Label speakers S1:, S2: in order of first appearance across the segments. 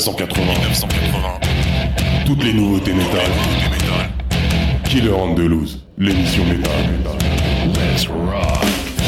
S1: 1980. Toutes les nouveautés métal. Killer Andalouse, l'émission métal. Let's rock.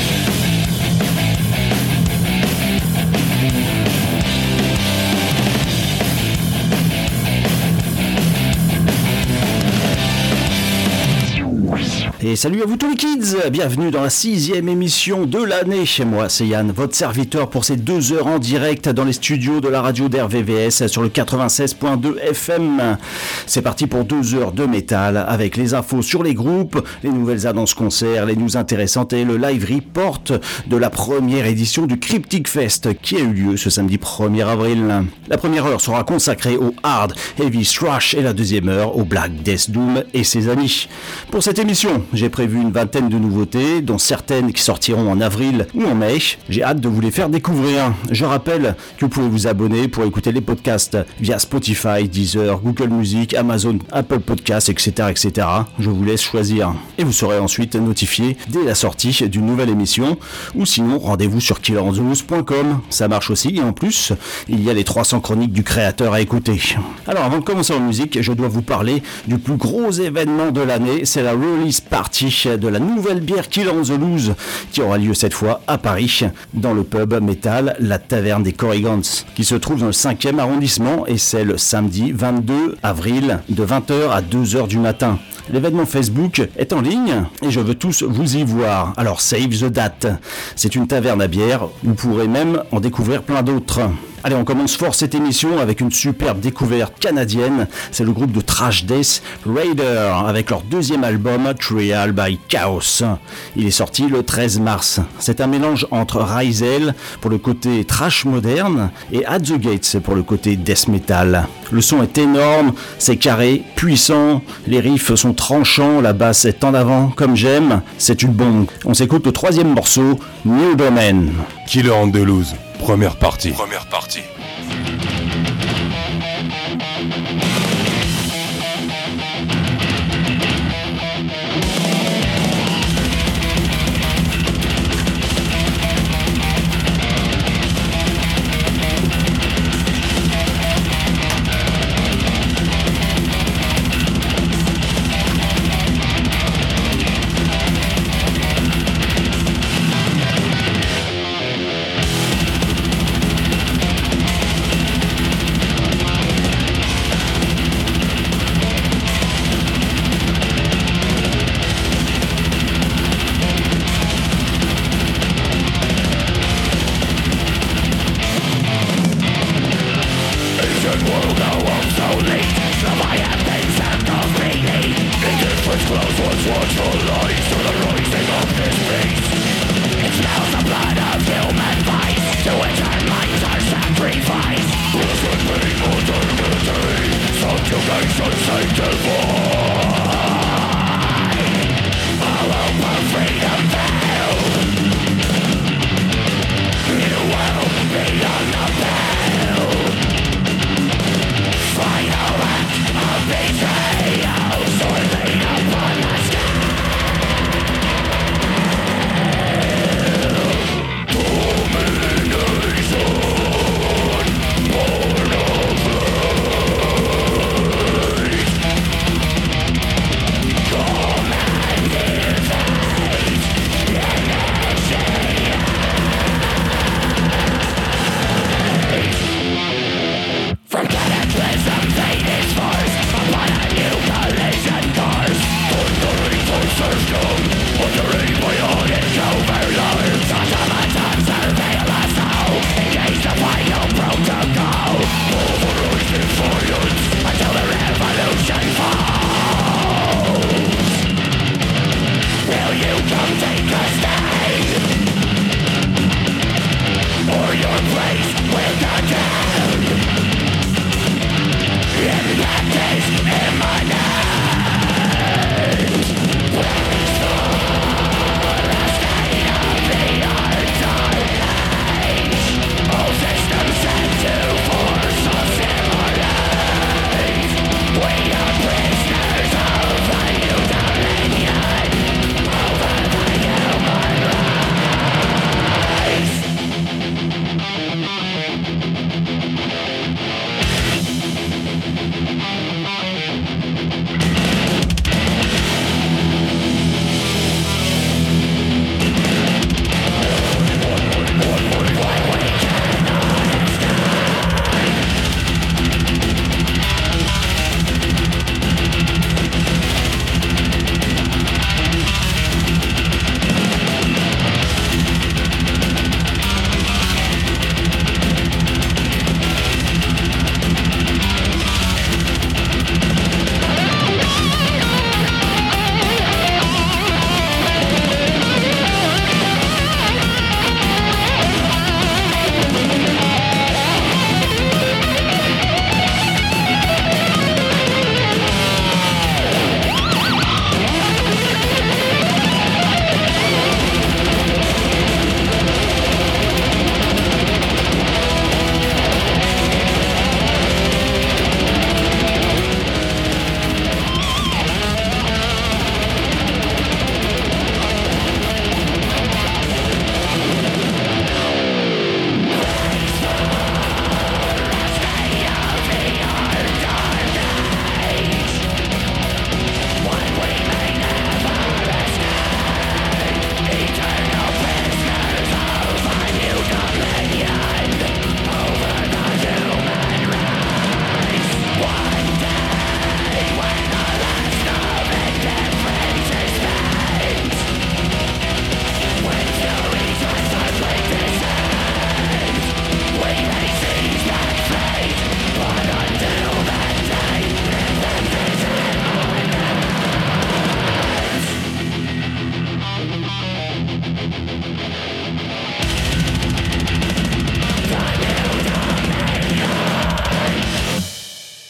S2: Et salut à vous tous les kids, bienvenue dans la 6e émission de l'année. Moi c'est Yann, votre serviteur pour ces 2 heures en direct dans les studios de la radio d'RVVS sur le 96.2 FM. C'est parti pour 2 heures de métal avec les infos sur les groupes, les nouvelles annonces concerts, les news intéressantes et le live report de la première édition du Cryptic Fest qui a eu lieu ce samedi 1er avril. La première heure sera consacrée au hard, heavy thrash et la deuxième heure au black death doom et ses amis. Pour cette émission, j'ai prévu une vingtaine de nouveautés, dont certaines qui sortiront en avril ou en mai. J'ai hâte de vous les faire découvrir. Je rappelle que vous pouvez vous abonner pour écouter les podcasts via Spotify, Deezer, Google Music, Amazon, Apple Podcasts, etc., etc. Je vous laisse choisir. Et vous serez ensuite notifié dès la sortie d'une nouvelle émission. Ou sinon, rendez-vous sur killerandthelose.com. Ça marche aussi. Et en plus, il y a les 300 chroniques du créateur à écouter. Alors, avant de commencer en musique, je dois vous parler du plus gros événement de l'année. C'est la release party de la nouvelle bière Killer Andalouse qui aura lieu cette fois à Paris dans le pub métal La Taverne des Corrigans qui se trouve dans le 5e arrondissement et c'est le samedi 22 avril de 20h à 2h du matin. L'événement Facebook est en ligne et je veux tous vous y voir. Alors save the date. C'est une taverne à bière, vous pourrez même en découvrir plein d'autres. Allez, on commence fort cette émission avec une superbe découverte canadienne. C'est le groupe de thrash death Raider avec leur 2e album Trial by Chaos. Il est sorti le 13 mars. C'est un mélange entre Rizal pour le côté thrash moderne et At the Gates pour le côté death metal. Le son est énorme, c'est carré, puissant, les riffs sont tranchants, la basse est en avant comme j'aime, c'est une bombe. On s'écoute le 3e morceau, New Domain.
S1: Killer Andalouse, première partie.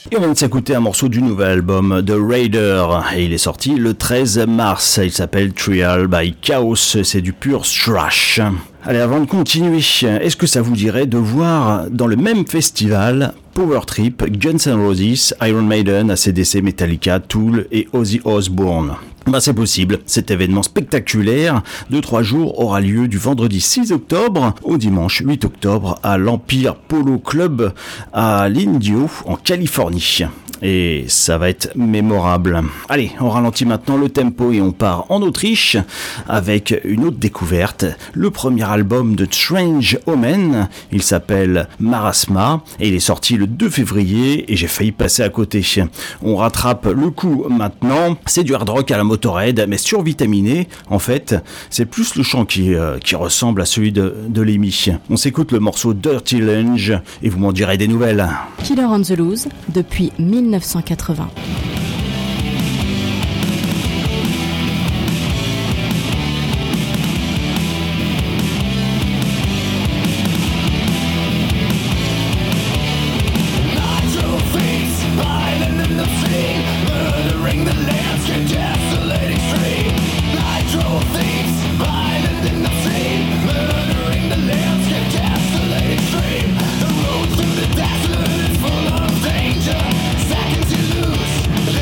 S2: Et on vient de s'écouter un morceau du nouvel album de Raider, et il est sorti le 13 mars. Il s'appelle Trial by Chaos, c'est du pur thrash. Allez, avant de continuer, est-ce que ça vous dirait de voir dans le même festival Power Trip, Guns N' Roses, Iron Maiden, AC/DC, Metallica, Tool et Ozzy Osbourne? C'est possible. Cet événement spectaculaire de 3 jours aura lieu du vendredi 6 octobre au dimanche 8 octobre à l'Empire Polo Club à l'Indio en Californie. Et ça va être mémorable. Allez, on ralentit maintenant le tempo et on part en Autriche avec une autre découverte. Le premier album de Strange Omen, il s'appelle Marasma et il est sorti le 2 février et j'ai failli passer à côté. On rattrape le coup maintenant. C'est du hard rock à la Motorhead mais survitaminé. En fait, c'est plus le chant qui ressemble à celui de Lemmy. On s'écoute le morceau Dirty Lunge et vous m'en direz des nouvelles.
S3: Killer on the Loose depuis 1980.
S4: The road through the desert is full of danger. Seconds you lose.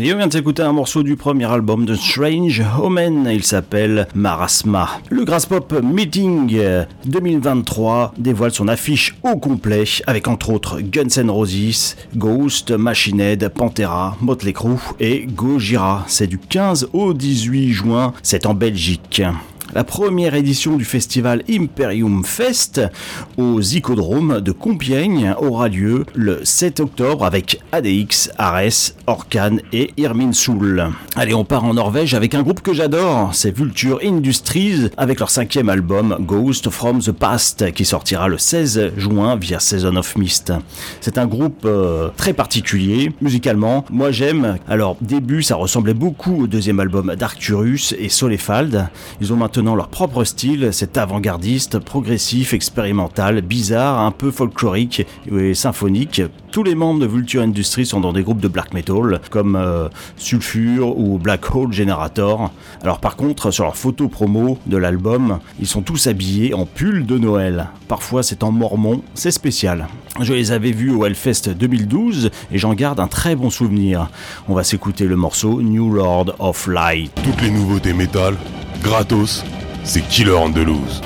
S2: Et on vient d'écouter un morceau du premier album de Strange Omen, il s'appelle Marasma. Le Graspop Meeting 2023 dévoile son affiche au complet avec entre autres Guns N' Roses, Ghost, Machine Head, Pantera, Motley Crue et Gojira. C'est du 15 au 18 juin, c'est en Belgique. La première édition du festival Imperium Fest au Zicodrome de Compiègne aura lieu le 7 octobre avec ADX, Ares, Orkan et Irminsul. Allez, on part en Norvège avec un groupe que j'adore, c'est Vulture Industries avec leur 5e album Ghost from the Past qui sortira le 16 juin via Season of Mist. C'est un groupe très particulier musicalement, moi j'aime. Alors début ça ressemblait beaucoup au deuxième album d'Arcturus et Solefald. Ils ont maintenant leur propre style, c'est avant-gardiste, progressif, expérimental, bizarre, un peu folklorique et symphonique. Tous les membres de Vulture Industries sont dans des groupes de black metal comme Sulfur ou Black Hole Generator. Alors par contre, sur leur photo promo de l'album, ils sont tous habillés en pull de Noël. Parfois c'est en mormon, c'est spécial. Je les avais vus au Hellfest 2012 et j'en garde un très bon souvenir. On va s'écouter le morceau New Lord of Light.
S1: Toutes les nouveautés métal, gratos, c'est Killer Andalouse.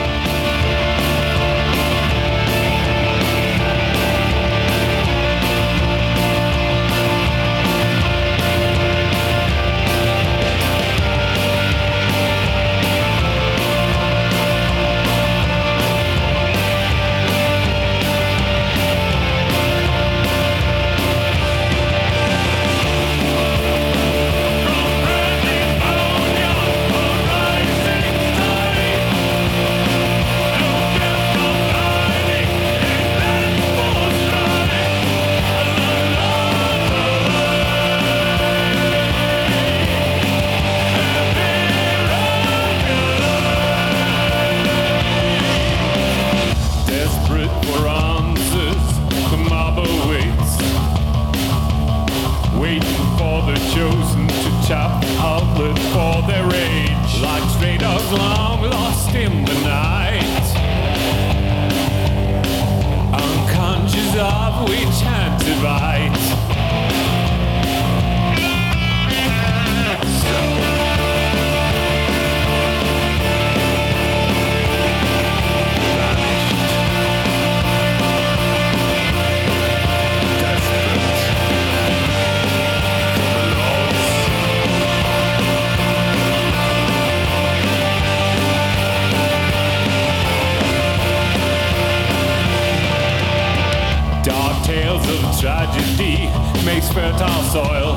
S4: Tragedy makes fertile soil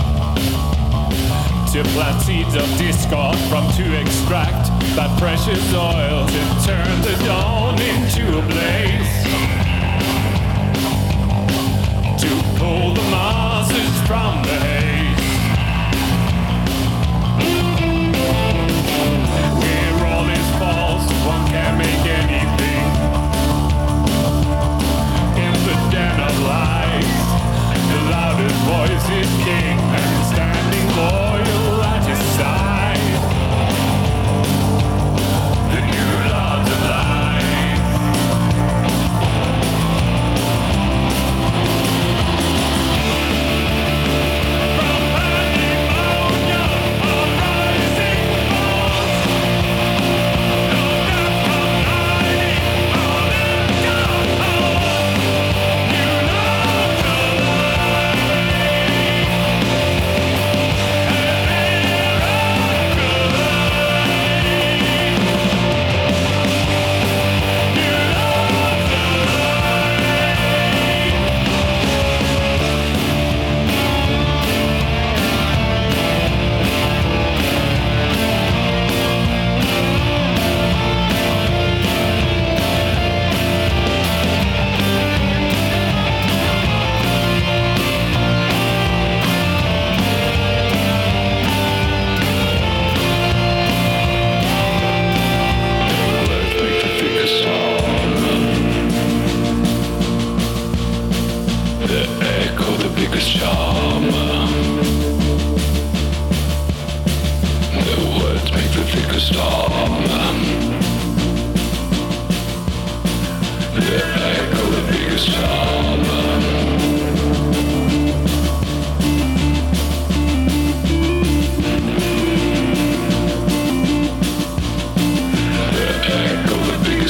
S4: to plant seeds of discord, from to extract that precious oil, to turn the dawn into a blaze, to pull the masses from the haze. Where all is false, one can't make anything. In the den of lies, the loudest voice is king, and standing loyal at his side. The new lords of life.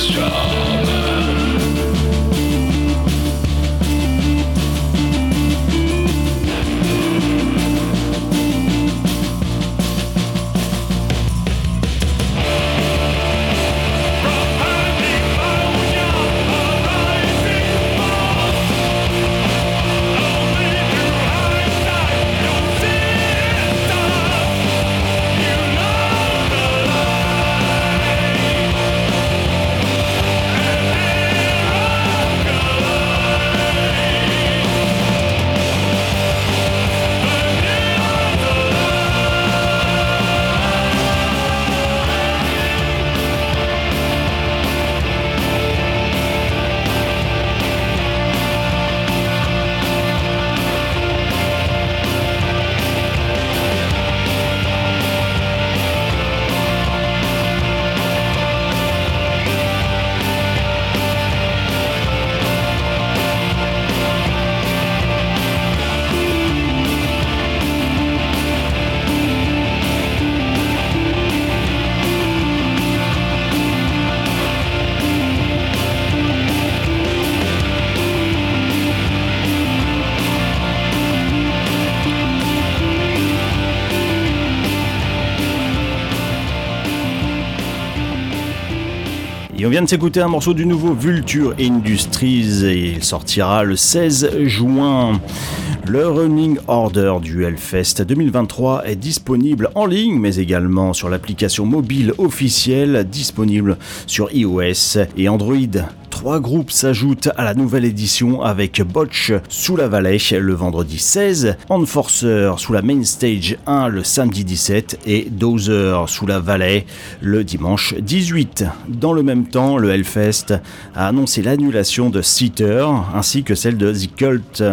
S2: Et on vient de s'écouter un morceau du nouveau Vulture Industries et il sortira le 16 juin. Le Running Order du Hellfest 2023 est disponible en ligne mais également sur l'application mobile officielle disponible sur iOS et Android. 3 groupes s'ajoutent à la nouvelle édition avec Botch sous la Vallée le vendredi 16, Enforcer sous la Main Stage 1 le samedi 17 et Dozer sous la Vallée le dimanche 18. Dans le même temps, le Hellfest a annoncé l'annulation de Seether ainsi que celle de The Cult.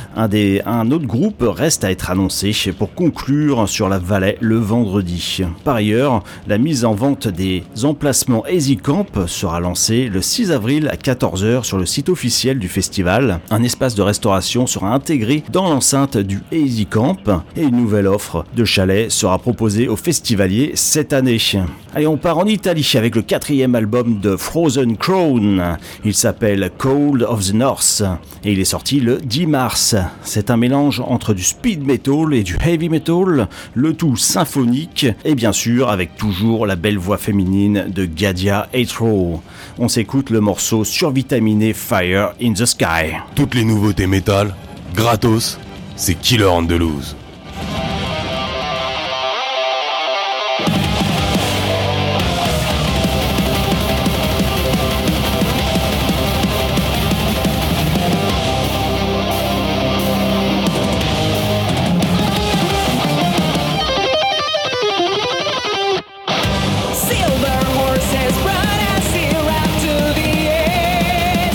S2: Un autre groupe reste à être annoncé pour conclure sur la Vallée le vendredi. Par ailleurs, la mise en vente des emplacements Easy Camp sera lancée le 6 avril à 14h sur le site officiel du festival. Un espace de restauration sera intégré dans l'enceinte du Easy Camp et une nouvelle offre de chalet sera proposée aux festivaliers cette année. Allez, on part en Italie avec le 4e album de Frozen Crown. Il s'appelle Cold of the North et il est sorti le 10 mars. C'est un mélange entre du speed metal et du heavy metal, le tout symphonique et bien sûr avec toujours la belle voix féminine de Gadia Etro. On s'écoute le morceau survitaminé Fire in the Sky.
S1: Toutes les nouveautés métal, gratos, c'est Killer Andalouse.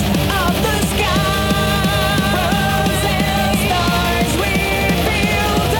S5: Frozen stars we feel.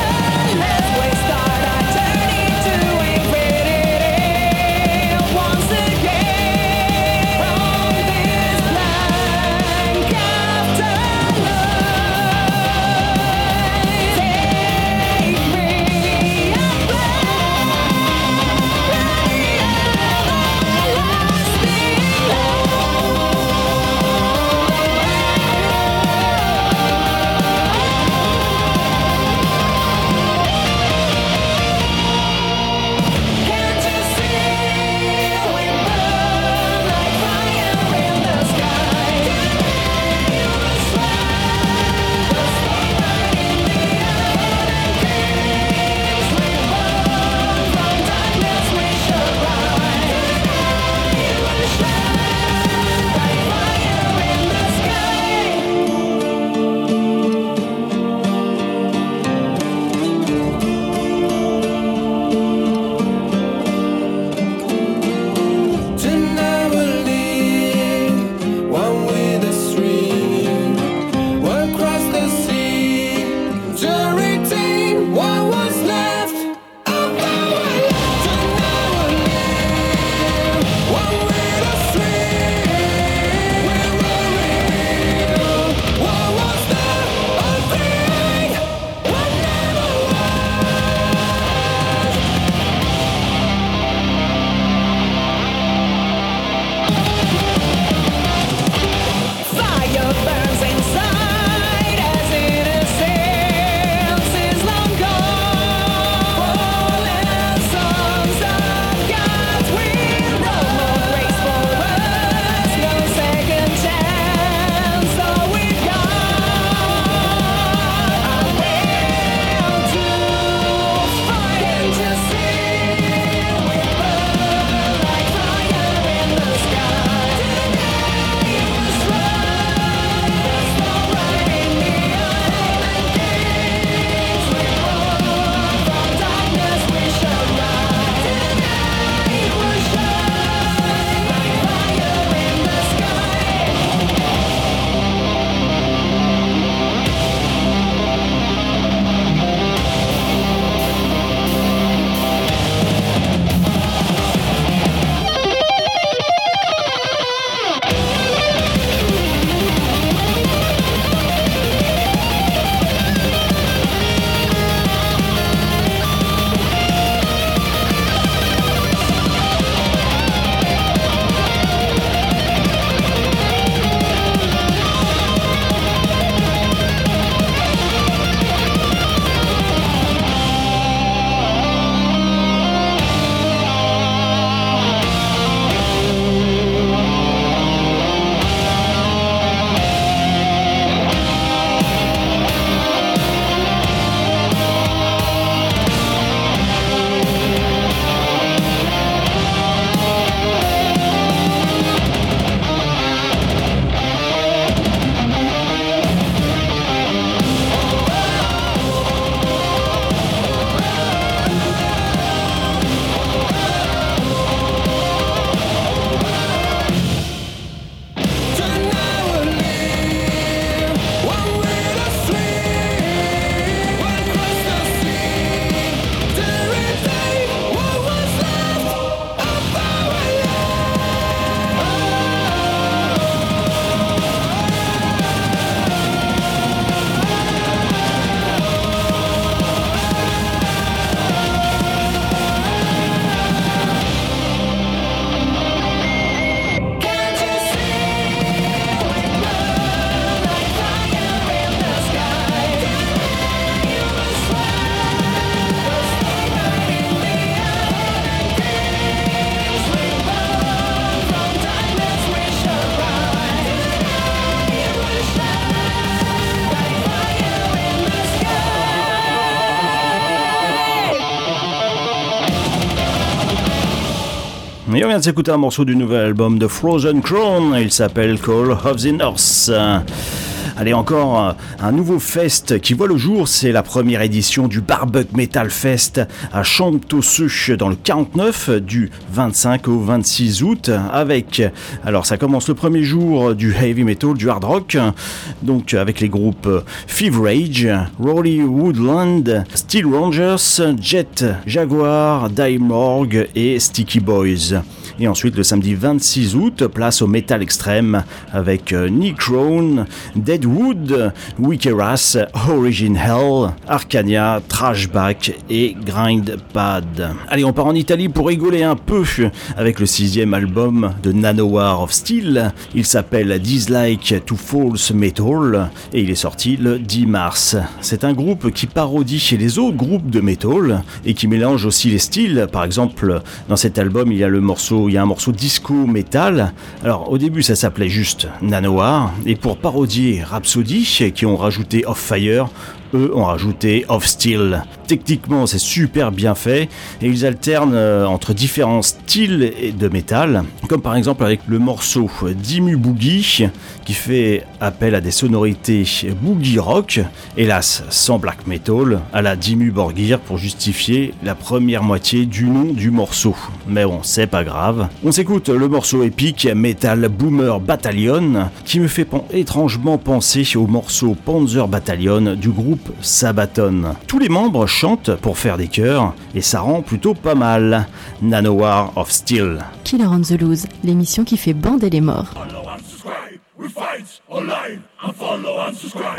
S2: Et on vient de s'écouter un morceau du nouvel album de Frozen Crown, il s'appelle Call of the North. Allez, encore un nouveau fest qui voit le jour, c'est la première édition du Barbuck Metal Fest à Champtosseux dans le 49 du 25 au 26 août avec, alors ça commence le premier jour du heavy metal, du hard rock, donc avec les groupes Fever Rage, Rolly Woodland, Steel Rangers, Jet Jaguar, Die Morgue et Sticky Boys. Et ensuite, le samedi 26 août, place au métal extrême avec Necrone, Deadwood, Wikeras, Origin Hell, Arcania, Trashback et Grindpad. Allez, on part en Italie pour rigoler un peu avec le 6e album de Nanowar of Steel. Il s'appelle Dislike to False Metal et il est sorti le 10 mars. C'est un groupe qui parodie les autres groupes de metal et qui mélange aussi les styles. Par exemple, dans cet album, il y a un morceau disco metal. Alors au début ça s'appelait juste Nanowar et pour parodier Rhapsody qui ont rajouté Off Fire, eux ont rajouté Of Steel. Techniquement c'est super bien fait et ils alternent entre différents styles de métal, comme par exemple avec le morceau Dimmu Boogie qui fait appel à des sonorités boogie rock, hélas sans black metal, à la Dimmu Borgir pour justifier la première moitié du nom du morceau. Mais bon, c'est pas grave. On s'écoute le morceau épique Metal Boomer Battalion qui me fait étrangement penser au morceau Panzer Battalion du groupe Sabaton. Tous les membres chantent pour faire des chœurs et ça rend plutôt pas mal. Nanowar of Steel.
S3: Killer on the Loose, l'émission qui fait bander les morts.
S4: Follow and subscribe. We fight online and follow and subscribe.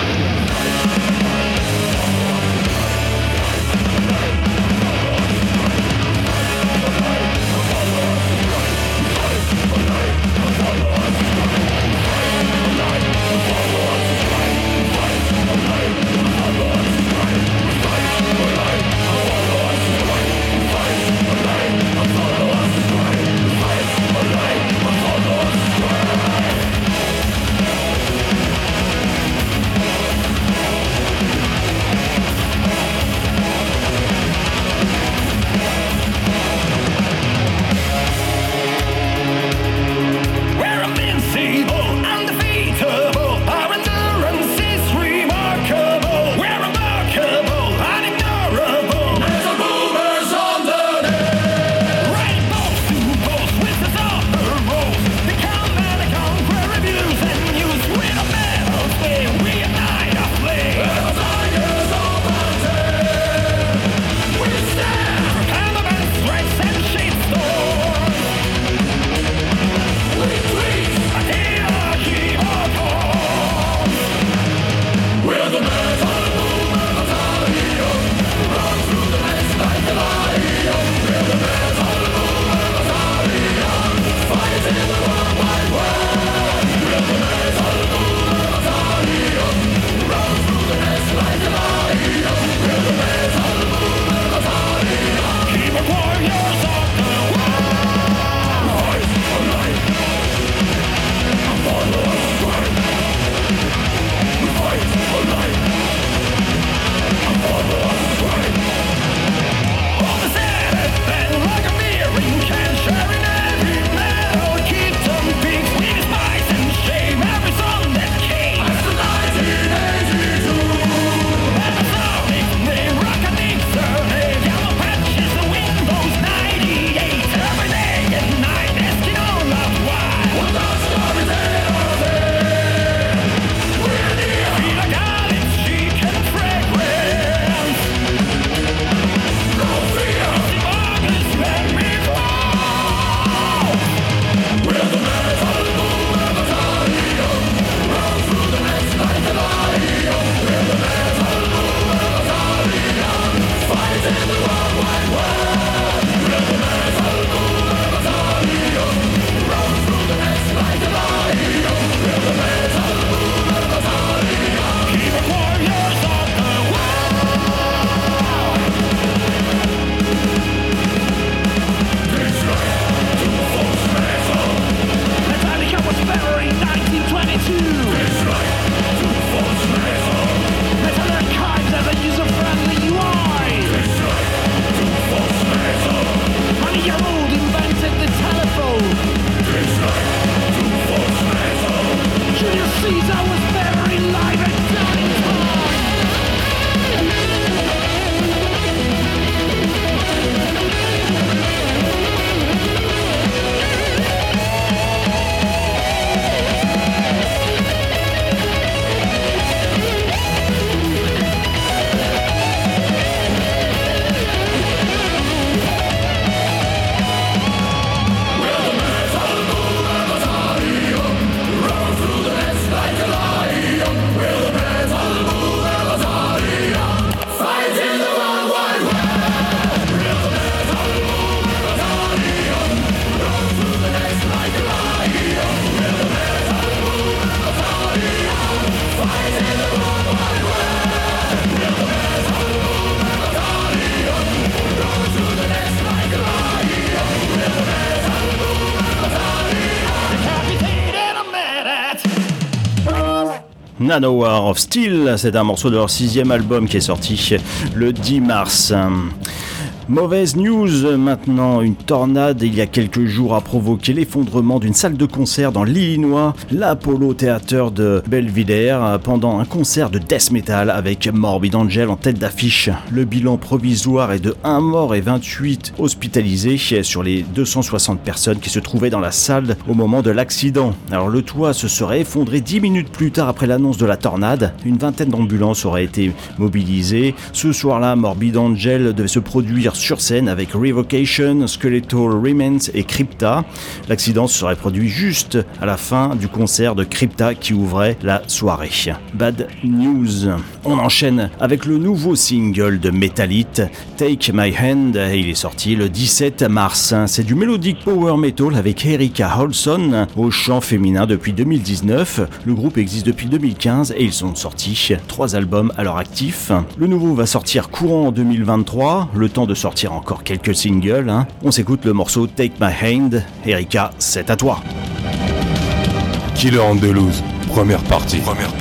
S2: Nanowar of Steel, c'est un morceau de leur 6e album qui est sorti le 10 mars. Mauvaise news maintenant, une tornade il y a quelques jours a provoqué l'effondrement d'une salle de concert dans l'Illinois, l'Apollo Theater de Belvidere, pendant un concert de death metal avec Morbid Angel en tête d'affiche. Le bilan provisoire est de 1 mort et 28 hospitalisés sur les 260 personnes qui se trouvaient dans la salle au moment de l'accident. Alors le toit se serait effondré 10 minutes plus tard après l'annonce de la tornade. Une vingtaine d'ambulances auraient été mobilisées. Ce soir-là, Morbid Angel devait se produire sur scène avec Revocation, Skeletal Remains et Crypta. L'accident se serait produit juste à la fin du concert de Crypta qui ouvrait la soirée. Bad news. On enchaîne avec le nouveau single de Metalith, Take My Hand. Il est sorti le 17 mars. C'est du melodic power metal avec Erika Olson au chant féminin depuis 2019. Le groupe existe depuis 2015 et ils ont sorti 3 albums à leur actif. Le nouveau va sortir courant en 2023, le temps de sortir encore quelques singles. On s'écoute le morceau Take My Hand. Erika, c'est à toi.
S1: Killer Andalouse, première partie.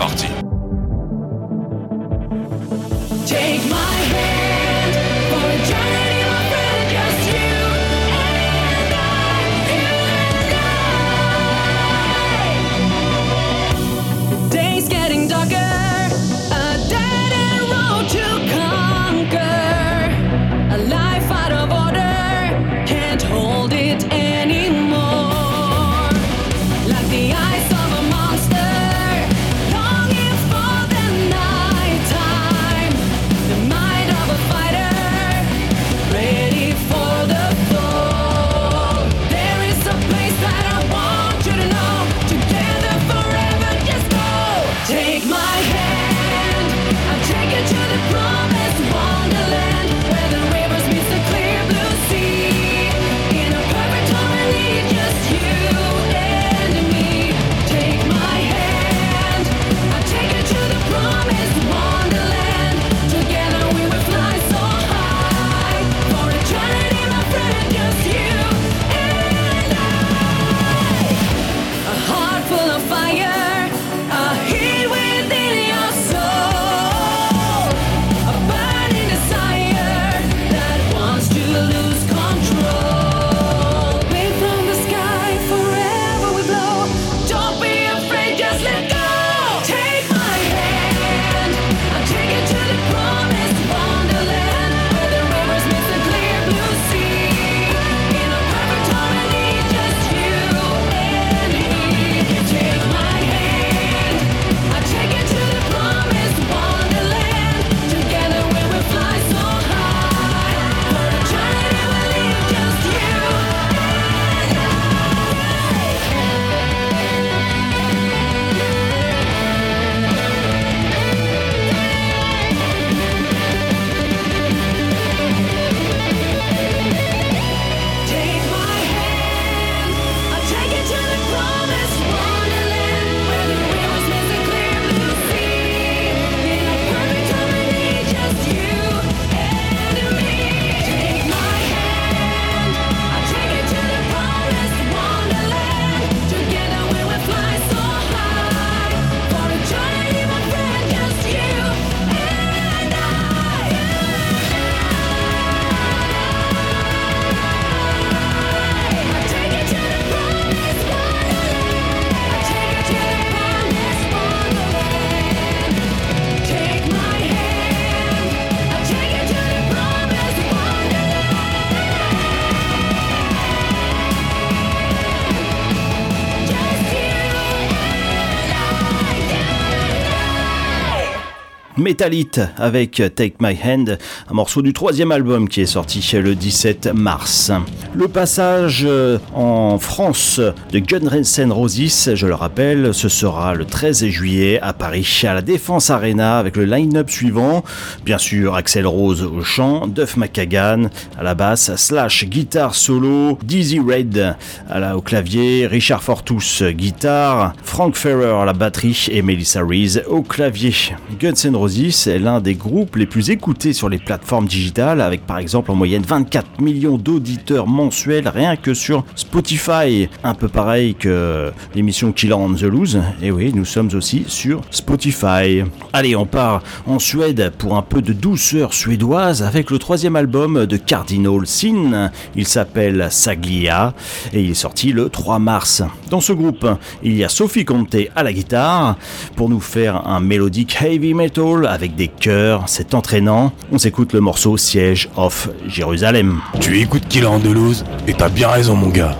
S5: Take my hand for a journey, my friend, just you and I. The day's getting darker, a dead-end road to conquer, a life out of order, can't hold it anymore. Like the eyes of a monster, longing for the nighttime. The mind of a fighter, ready for the fall. There is a place that I want you to know. Together forever, just go. Take my hand, I'll take you to the promised wonderland, where the rivers meet the clear blue sea. In a perfect harmony, just you and me. Take my hand, I'll take you to the promised wonderland. Together we will fly so high, for eternity, my friend, just you and I. A heart full of fire, a heat within your soul, a burning desire that wants to lose control. Wave from the sky, forever we blow. Don't be afraid, just let go. Take my hand, I'll take you to the promised wonderland, where the rivers meet the clear blue sea. In a perfect harmony, just you and me. Take my hand, I'll take you to the promised wonderland. Together we will fly so high, for eternity we'll live just you and Take my hand, I'll take you to the promised wonderland, where the rivers meet the clear blue sea. In a perfect harmony, just you and me. Take my hand, I'll take you to the promised wonderland. Together we will fly so high, for eternity, my friend, just you and I. I'll take you to the promised wonderland. I'll take you to the promised wonderland. Take my hand. I'll take you to the promised wonderland. Just you and I.
S2: Metalith avec Take My Hand, un morceau du 3e album qui est sorti le 17 mars. Le passage en France de Guns N' Roses, je le rappelle, ce sera le 13 juillet à Paris, à la Défense Arena, avec le line-up suivant. Bien sûr, Axl Rose au chant, Duff McKagan à la basse, Slash guitare solo, Dizzy Red au clavier, Richard Fortus guitare, Frank Ferrer à la batterie et Melissa Reese au clavier. Guns N' Roses est l'un des groupes les plus écoutés sur les plateformes digitales, avec par exemple en moyenne 24 millions d'auditeurs mensuels rien que sur Spotify. Un peu pareil que l'émission Killer on the Loose. Et oui, nous sommes aussi sur Spotify. Allez, on part en Suède pour un peu de douceur suédoise avec le 3e album de Cardinal Sin. Il s'appelle Saglia et il est sorti le 3 mars. Dans ce groupe, il y a Sophie Conte à la guitare pour nous faire un mélodique heavy metal avec des chœurs. C'est entraînant. On s'écoute le morceau Siege of Jérusalem.
S1: Tu écoutes Killer on the Loose et t'as bien raison mon gars.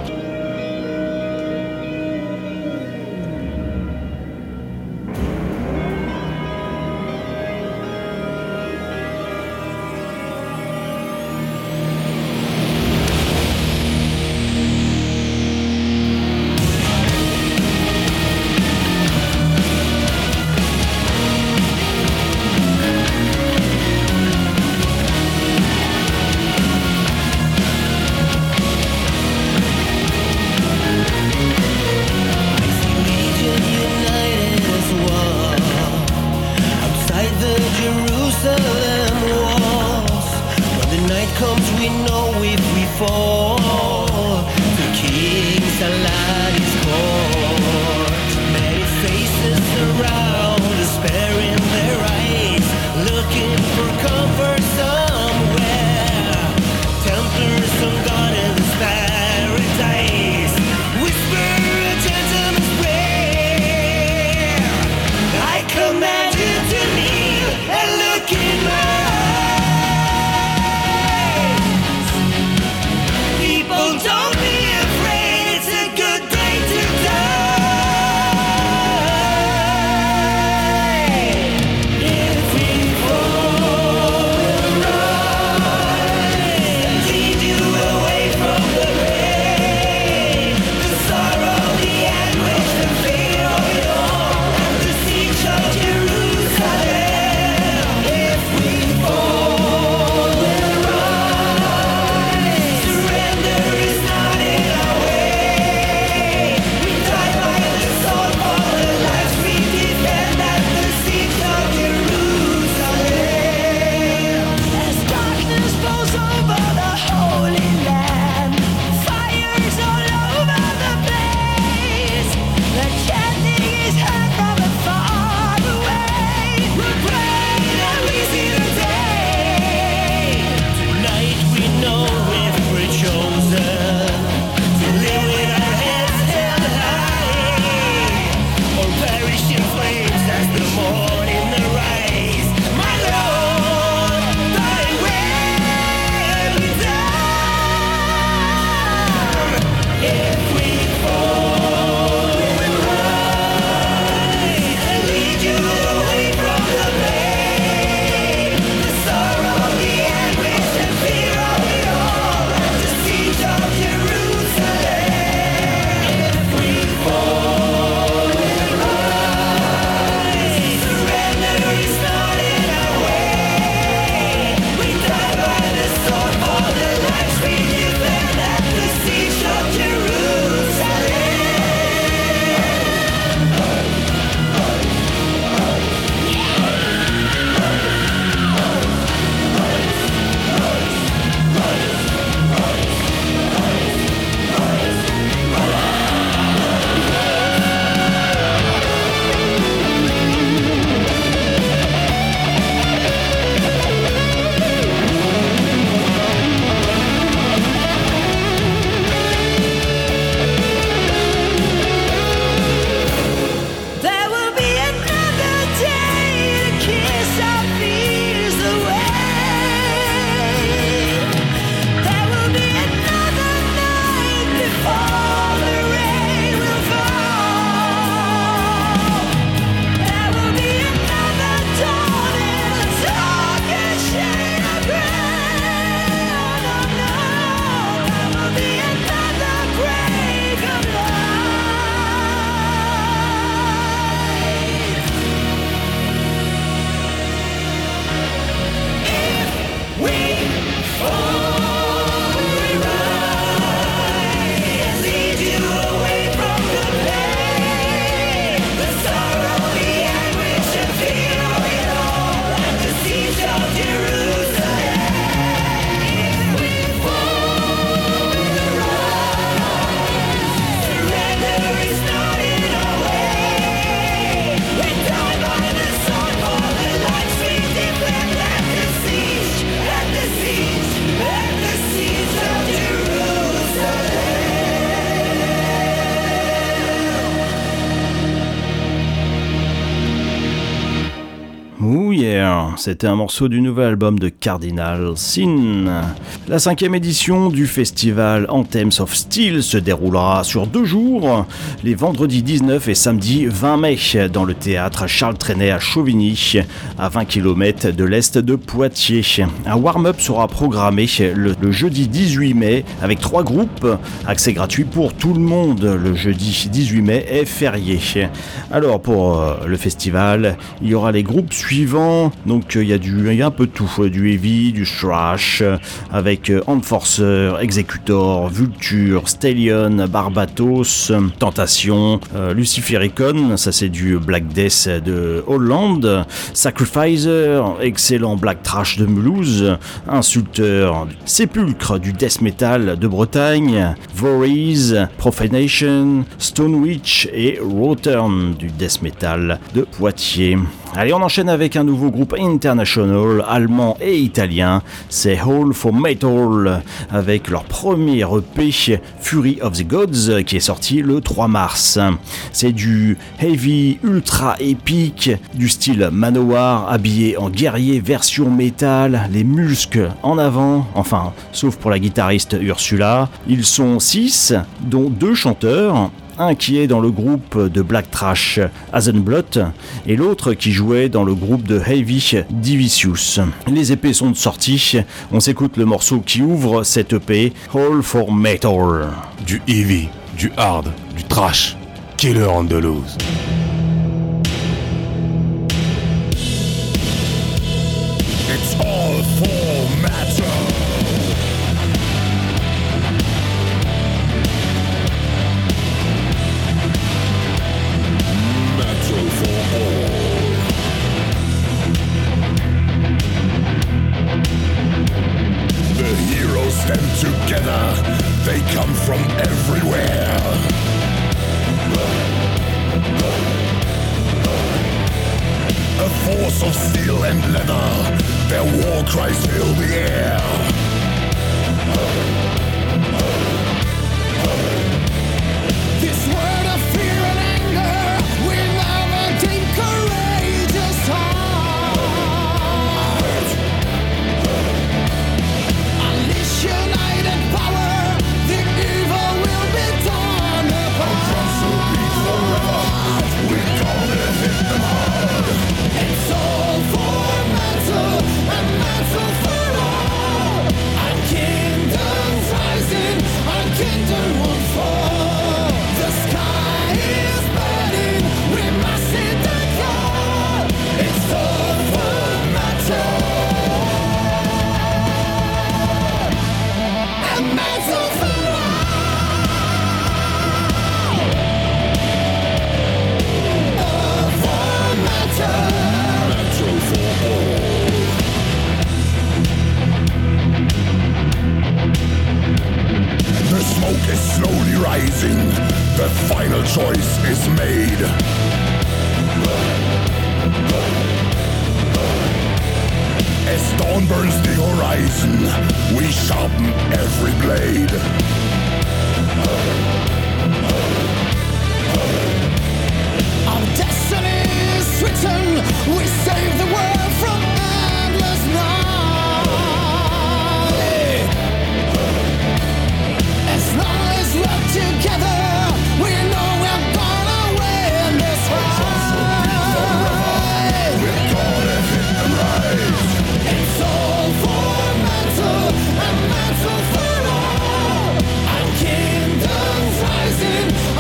S2: There, c'était un morceau du nouvel album de Cardinal Sin. La 5e édition du festival Anthems of Steel se déroulera sur 2 jours, les vendredis 19 et samedi 20 mai, dans le théâtre Charles Trenet à Chauvigny, à 20 km de l'est de Poitiers. Un warm-up sera programmé le jeudi 18 mai avec 3 groupes, accès gratuit pour tout le monde. Le jeudi 18 mai est férié. Alors pour le festival, il y aura les groupes suivants, donc il y a un peu de tout, du heavy, du thrash, avec Enforcer, Executor, Vulture, Stallion, Barbatos, Tentation, Lucifericon, ça c'est du Black Death de Hollande, Sacrificer, excellent Black Trash de Mulhouse, Insulteur, Sépulcre du Death Metal de Bretagne, Voorhees, Profanation, Stone Witch et Rottern du Death Metal de Poitiers. Allez, on enchaîne avec un nouveau groupe international, allemand et italien, c'est Hall for Metal, avec leur premier EP Fury of the Gods qui est sorti le 3 mars. C'est du heavy ultra épique, du style Manowar, habillé en guerrier version métal, les muscles en avant, enfin, sauf pour la guitariste Ursula. Ils sont 6, dont 2 chanteurs, un qui est dans le groupe de Black Trash Hasenblot et l'autre qui jouait dans le groupe de Heavy Divisius. Les EP sont sortis, on s'écoute le morceau qui ouvre cette EP, Hall for Metal.
S1: Du heavy, du hard, du trash. Killer on the loose.
S4: It's all for matter. Metal for all. The heroes stand together. They come from everywhere. A force of steel and leather, their war cries fill the air. This word of fear and anger will never take courageous heart. Unleash united power, the evil will be torn apart. Our will be forever, we're gonna hit them hard. It's all for metal and metal for all. Our kingdom's rising, our kingdom won't fall. The sky is burning, we must hit the call. It's all for metal and metal for all. All for metal. Metal for all. The smoke is slowly rising. The final choice is made. As dawn burns the horizon, we sharpen every blade. Our destiny is written. We save the world from endless night. As long as we're together, we know we're gonna win this fight. We're gonna hit them right. It's all for metal and metal for all. Our kingdom's rising,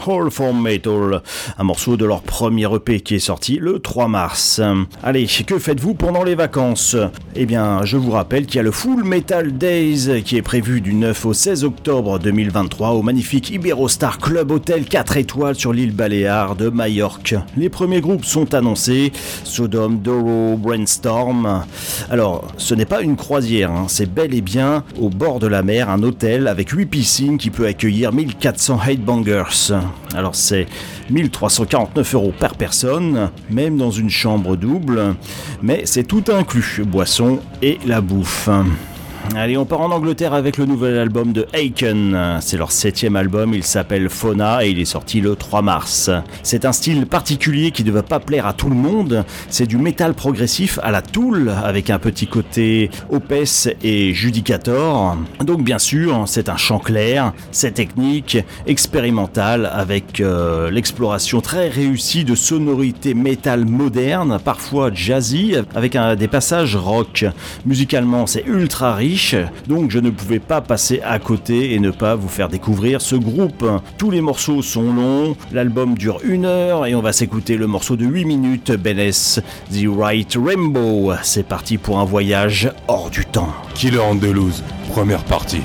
S2: All for Metal, un morceau de leur premier EP qui est sorti le 3 mars. Allez, que faites-vous pendant les vacances ? Eh bien, je vous rappelle qu'il y a le Full Metal Days qui est prévu du 9 au 16 octobre 2023 au magnifique Iberostar Club Hotel 4 étoiles sur l'île Baléares de Majorque. Les premiers groupes sont annoncés, Sodom, Doro, Brainstorm. Alors, ce n'est pas une croisière, c'est bel et bien au bord de la mer, un hôtel avec 8 piscines qui peut accueillir 1400 headbangers. Alors c'est 1349 € par personne, même dans une chambre double, mais c'est tout inclus, boisson et la bouffe. Allez, on part en Angleterre avec le nouvel album de Aiken. C'est leur 7e album, il s'appelle Fauna et il est sorti le 3 mars. C'est un style particulier qui ne va pas plaire à tout le monde. C'est du métal progressif à la Tool, avec un petit côté Opeth et Judicator. Donc bien sûr, c'est un chant clair, c'est technique, expérimental, avec l'exploration très réussie de sonorités métal modernes, parfois jazzy, avec des passages rock. Musicalement, c'est ultra riche. Donc je ne pouvais pas passer à côté et ne pas vous faire découvrir ce groupe. Tous les morceaux sont longs, l'album dure 1 heure et on va s'écouter le morceau de 8 minutes, Beness, The Right Rainbow. C'est parti pour un voyage hors du temps.
S1: Killer Andalouse, première partie.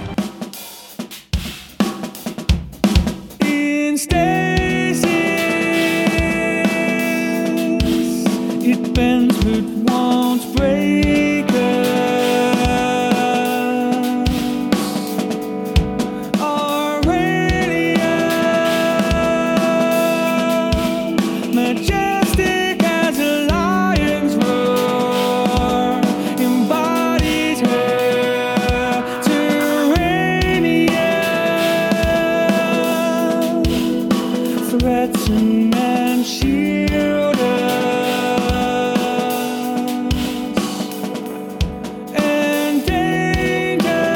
S4: In stasis, it bends but won't break us. Our radio, majestic as a lion's roar, embodies her terranean. Threaten and shield us, and danger,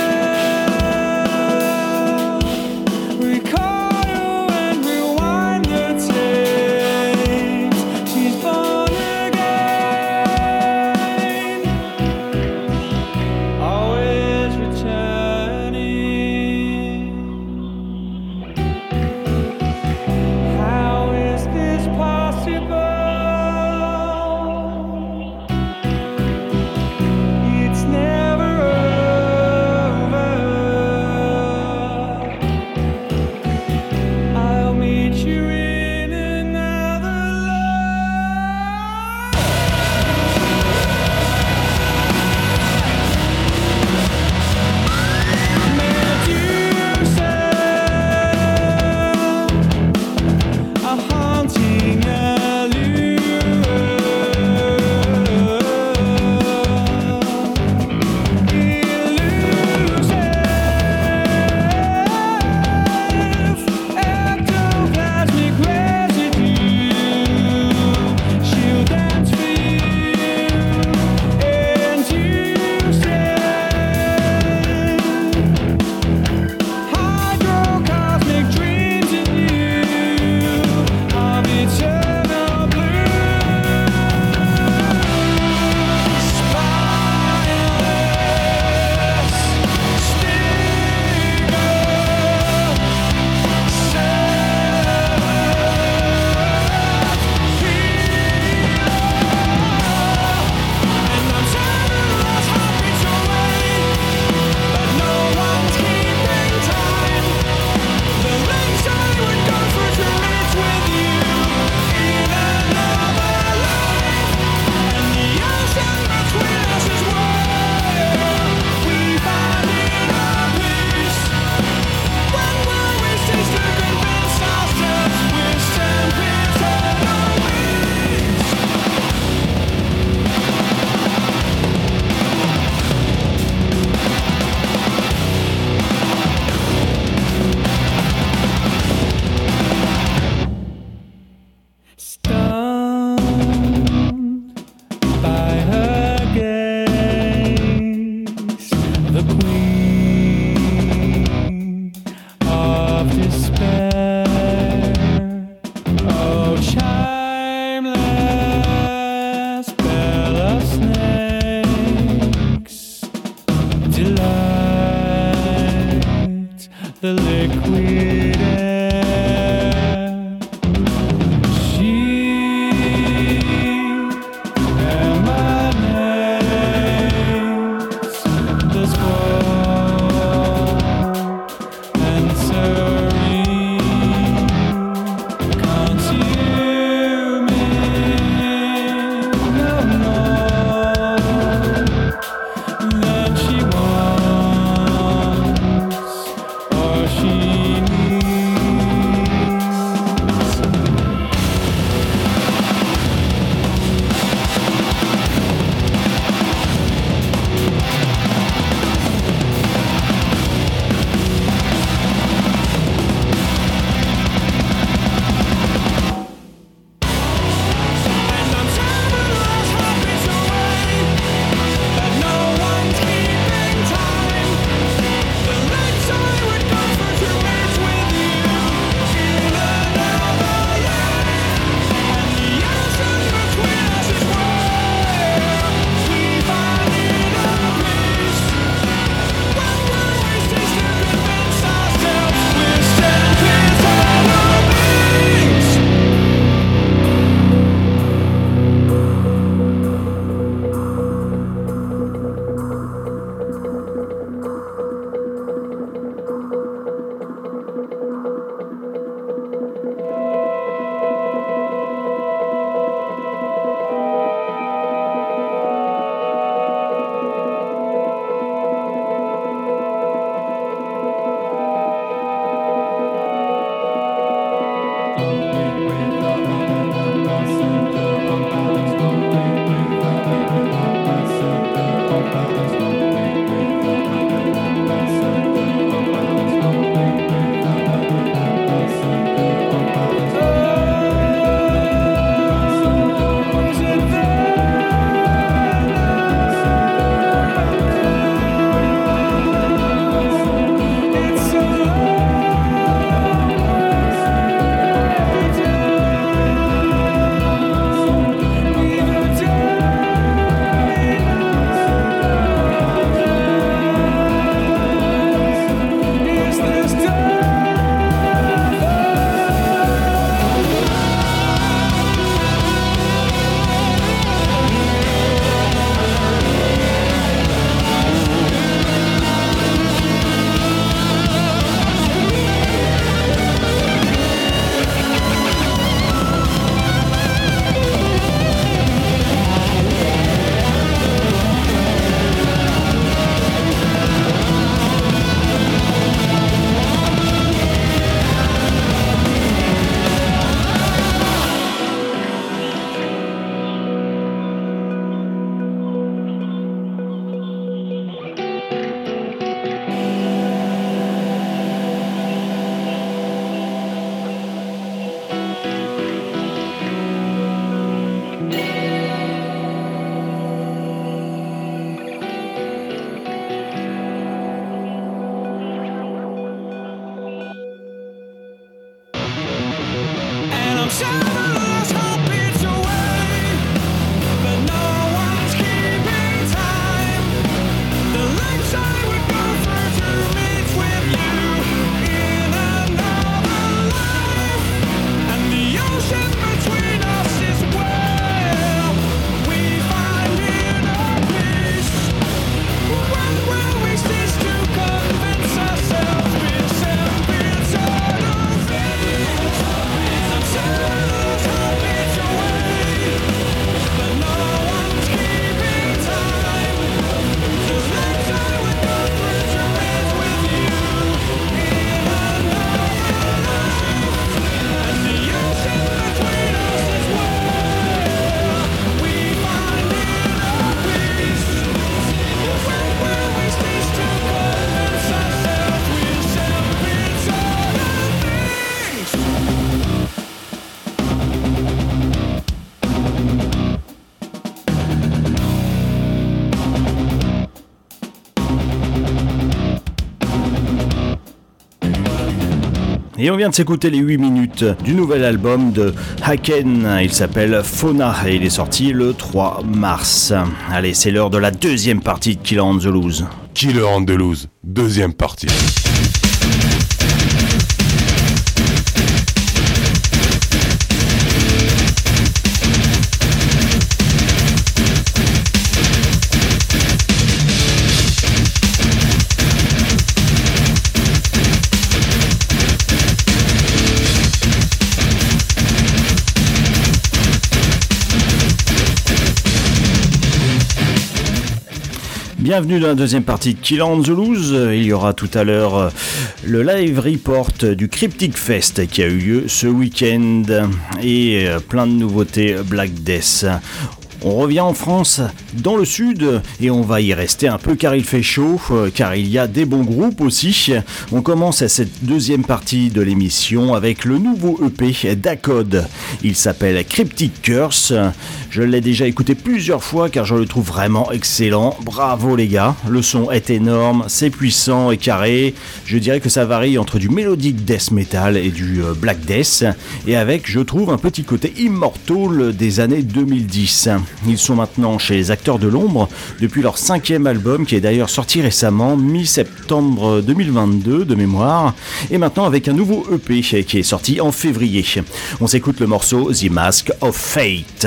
S4: recoil and rewind the tapes. She's born again, always returning. How is this possible? It's never over. I'll meet you in another life. Medusa, a haunting allure, elusive, ectoplasmic residue. She'll dance for you, and you say, hydrocosmic dreams of you, of eternal blue. Spineless, and I'm turning those heartbeats away, but no one's keeping time. The lengths I would go for to reach with you in another life, and the ocean between us is where we find inner peace. When will we cease to convince ourselves we're champions always? Stunned by her gaze, the queen of despair. Oh, chimeless bell of snakes, delight the liquid air. shadows hope it's away, but no one's keeping time. The lengths I would go through to meet with you in another life, and the ocean between us is where we find inner peace. When will we cease to convince ourselves we're self-eternal things? Shadows hope it's away, but no one's keeping time. The lengths I would go through to meet with you in another life, and the ocean between us is where we find inner peace. When will we cease to convince ourselves we're self-eternal things?
S2: Et on vient de s'écouter les 8 minutes du nouvel album de Haken. Il s'appelle Fauna et il est sorti le 3 mars. Allez, c'est l'heure de la deuxième partie de Killer on the Loose.
S1: Killer on the Loose, deuxième partie.
S2: Bienvenue dans la deuxième partie de Killer on the Loose. Il y aura tout à l'heure le live report du Cryptic Fest qui a eu lieu ce week-end et plein de nouveautés Black Death. On revient en France, dans le sud, et on va y rester un peu car il fait chaud, car il y a des bons groupes aussi. On commence cette deuxième partie de l'émission avec le nouveau EP d'Acode. Il s'appelle Cryptic Curse. Je l'ai déjà écouté plusieurs fois car je le trouve vraiment excellent. Bravo les gars, le son est énorme, c'est puissant et carré. Je dirais que ça varie entre du melodic death metal et du black death, et avec, je trouve, un petit côté Immortal des années 2010. Ils sont maintenant chez les Acteurs de l'Ombre depuis leur 5e album qui est d'ailleurs sorti récemment, mi-septembre 2022 de mémoire, et maintenant avec un nouveau EP qui est sorti en février. On s'écoute le morceau The Mask of Fate.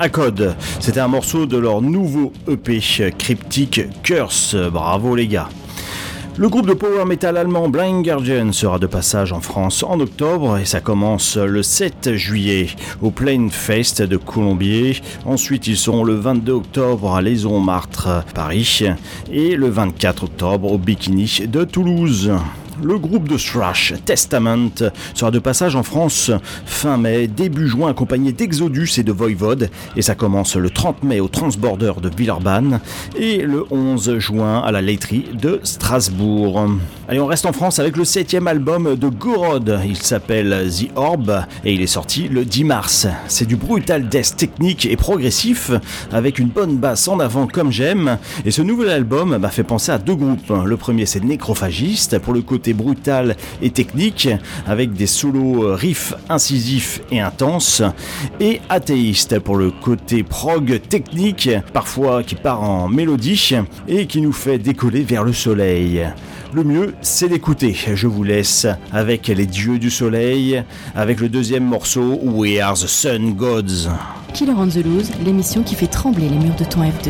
S2: à code. C'était un morceau de leur nouveau EP Cryptic Curse. Bravo les gars. Le groupe de power metal allemand Blind Guardian sera de passage en France en octobre et ça commence le 7 juillet au Plainfest de Colombier. Ensuite ils seront le 22 octobre à Les Montmartre, Paris et le 24 octobre au Bikini de Toulouse. Le groupe de thrash Testament sera de passage en France fin mai, début juin accompagné d'Exodus et de Voivode et ça commence le 30 mai au Transborder de Villeurbanne et le 11 juin à la laiterie de Strasbourg. Allez, on reste en France avec le 7e album de Gorod, il s'appelle The Orb et il est sorti le 10 mars. C'est du brutal death technique et progressif avec une bonne basse en avant comme j'aime et ce nouvel album fait penser à deux groupes. Le premier c'est Nécrophagiste pour le côté brutal et technique avec des solos riffs incisifs et intenses et Athéiste pour le côté prog technique parfois qui part en mélodie et qui nous fait décoller vers le soleil. Le mieux c'est d'écouter, je vous laisse avec les dieux du soleil avec le deuxième morceau We Are the Sun Gods.
S3: Killer on the Loose, l'émission qui fait trembler les murs de ton F2.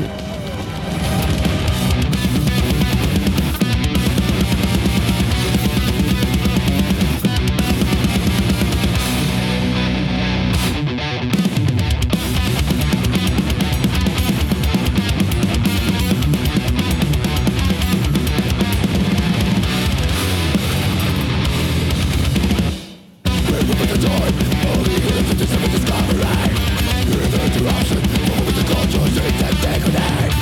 S4: Discovery, the option, the culture, the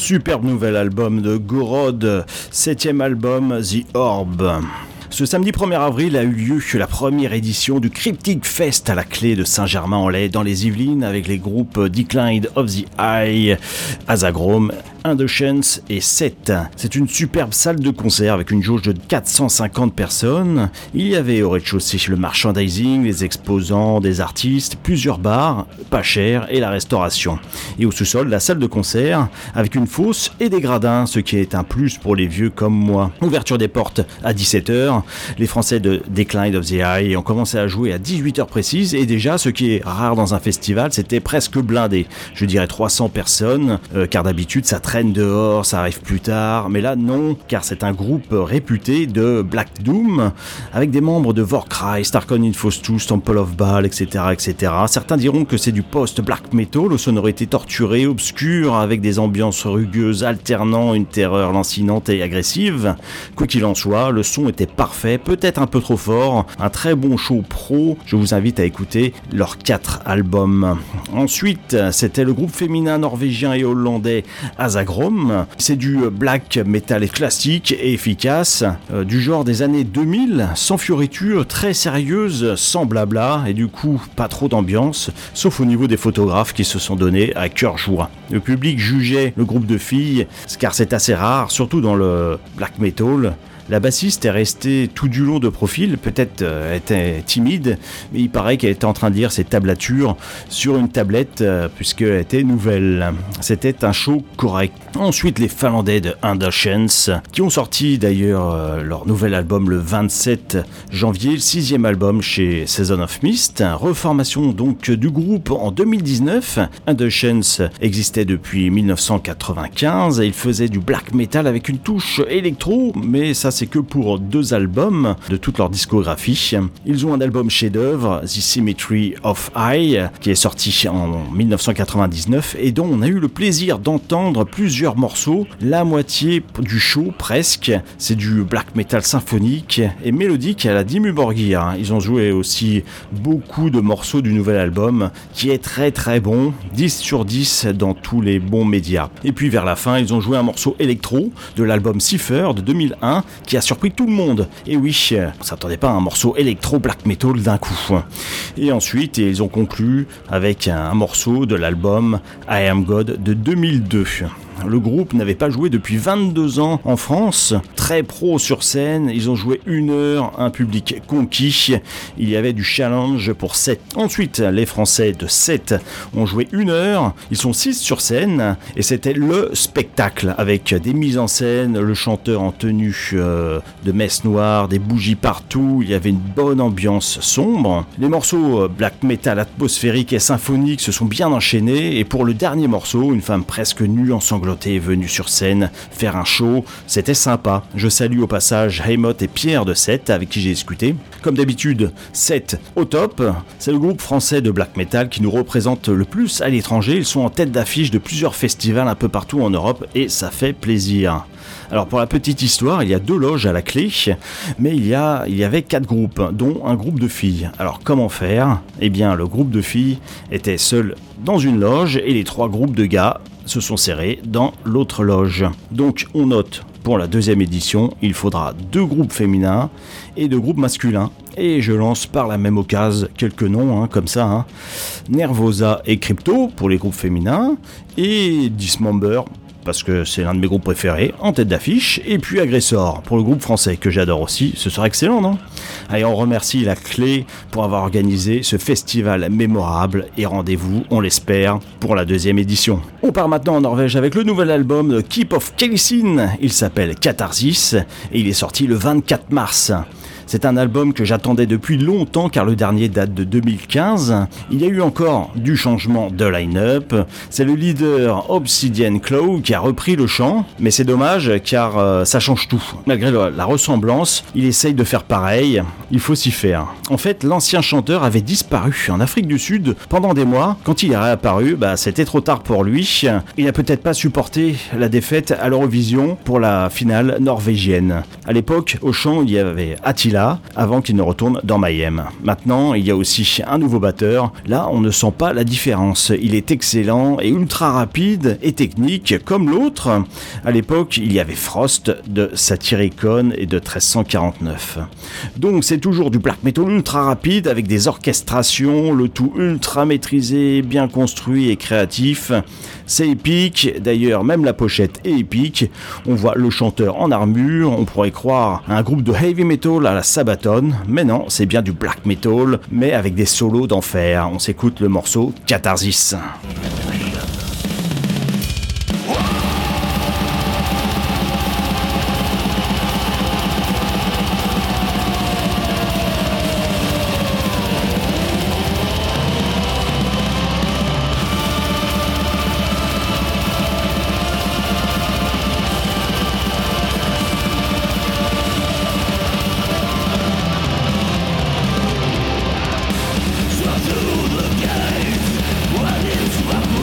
S2: Superbe nouvel album de Gorod, 7e album The Orb. Ce samedi 1er avril a eu lieu la première édition du Cryptic Fest à la clé de Saint-Germain-en-Laye dans les Yvelines avec les groupes Decline of the Eye, Azagrom, Indocence et Seth. C'est une superbe salle de concert avec une jauge de 450 personnes. Il y avait au rez-de-chaussée le merchandising, les exposants, des artistes, plusieurs bars, pas cher et la restauration. Et au sous-sol, la salle de concert avec une fosse et des gradins, ce qui est un plus pour les vieux comme moi. Ouverture des portes à 17h. Les Français de Decline of the Eye ont commencé à jouer à 18h précises et déjà, ce qui est rare dans un festival, c'était presque blindé. Je dirais 300 personnes, car d'habitude ça traîne dehors, ça arrive plus tard, mais là non, car c'est un groupe réputé de Black Doom, avec des membres de Warcry, Starcon Infostus, Temple of Baal, etc., etc. Certains diront que c'est du post-black metal aux sonorités torturées, obscures, avec des ambiances rugueuses alternant une terreur lancinante et agressive. Quoi qu'il en soit, le son était parfait, peut-être un peu trop fort, un très bon show pro. Je vous invite à écouter leurs 4 albums. Ensuite, c'était le groupe féminin norvégien et hollandais Azagrom. C'est du black metal classique et efficace, du genre des années 2000, sans fioritures, très sérieuse, sans blabla et du coup pas trop d'ambiance, sauf au niveau des photographes qui se sont donnés à cœur joie. Le public jugeait le groupe de filles, car c'est assez rare, surtout dans le black metal. La bassiste est restée tout du long de profil, peut-être était timide, mais il paraît qu'elle était en train de lire ses tablatures sur une tablette puisqu'elle était nouvelle. C'était un show correct. Ensuite, les Finlandais de Indocence, qui ont sorti d'ailleurs leur nouvel album le 27 janvier, le 6e album chez Season of Mist. Reformation donc du groupe en 2019. Indocence existait depuis 1995 et il faisait du black metal avec une touche électro, mais ça c'est que pour 2 albums de toute leur discographie. Ils ont un album chef-d'œuvre, The Symmetry of Eye, qui est sorti en 1999 et dont on a eu le plaisir d'entendre plusieurs morceaux. La moitié du show, presque, c'est du black metal symphonique et mélodique à la Dimmu Borgir. Ils ont joué aussi beaucoup de morceaux du nouvel album, qui est très très bon, 10 sur 10 dans tous les bons médias. Et puis vers la fin, ils ont joué un morceau électro de l'album Cipher de 2001, qui a surpris tout le monde. Et oui, on s'attendait pas à un morceau électro black metal d'un coup. Et ensuite, ils ont conclu avec un morceau de l'album I Am God de 2002. Le groupe n'avait pas joué depuis 22 ans en France, très pro sur scène, ils ont joué 1 heure, un public conquis, il y avait du challenge pour 7. Ensuite, les Français de 7 ont joué 1 heure, ils sont 6 sur scène, et c'était le spectacle, avec des mises en scène, le chanteur en tenue de messe noire, des bougies partout, il y avait une bonne ambiance sombre. Les morceaux black metal atmosphérique et symphonique se sont bien enchaînés, et pour le dernier morceau, une femme presque nue en sanglots est venu sur scène faire un show, c'était sympa. Je salue au passage Heymot et Pierre de Seth avec qui j'ai discuté. Comme d'habitude, Seth au top, c'est le groupe français de black metal qui nous représente le plus à l'étranger. Ils sont en tête d'affiche de plusieurs festivals un peu partout en Europe et ça fait plaisir. Alors pour la petite histoire, il y a 2 loges à la clé, mais il y avait 4 groupes, dont un groupe de filles. Alors comment faire ? Eh bien le groupe de filles était seul dans une loge et les 3 groupes de gars se sont serrés dans l'autre loge. Donc on note, pour la 2e édition, il faudra 2 groupes féminins et 2 groupes masculins. Et je lance par la même occasion quelques noms, comme ça. Nervosa et Crypto pour les groupes féminins, et Dismember, parce que c'est l'un de mes groupes préférés, en tête d'affiche, et puis Agressor, pour le groupe français, que j'adore aussi. Ce sera excellent, non ? Allez, on remercie la clé pour avoir organisé ce festival mémorable, et rendez-vous, on l'espère, pour la 2e édition. On part maintenant en Norvège avec le nouvel album de Keep of Kelisin. Il s'appelle Catharsis, et il est sorti le 24 mars. C'est un album que j'attendais depuis longtemps car le dernier date de 2015. Il y a eu encore du changement de line-up. C'est le leader Obsidian Claw qui a repris le chant, mais c'est dommage car ça change tout. Malgré la ressemblance, il essaye de faire pareil. Il faut s'y faire. En fait, l'ancien chanteur avait disparu en Afrique du Sud pendant des mois. Quand il est réapparu, c'était trop tard pour lui. Il n'a peut-être pas supporté la défaite à l'Eurovision pour la finale norvégienne. À l'époque, au chant, il y avait Attila, là, avant qu'il ne retourne dans Mayhem. Maintenant, il y a aussi un nouveau batteur. Là, on ne sent pas la différence. Il est excellent et ultra rapide et technique comme l'autre. À l'époque, il y avait Frost de Satyricon et de 1349. Donc c'est toujours du black metal ultra rapide avec des orchestrations, le tout ultra maîtrisé, bien construit et créatif. C'est épique, d'ailleurs même la pochette est épique. On voit le chanteur en armure, on pourrait croire à un groupe de heavy metal à la Sabaton, mais non, c'est bien du black metal, mais avec des solos d'enfer. On s'écoute le morceau Catharsis.
S4: What is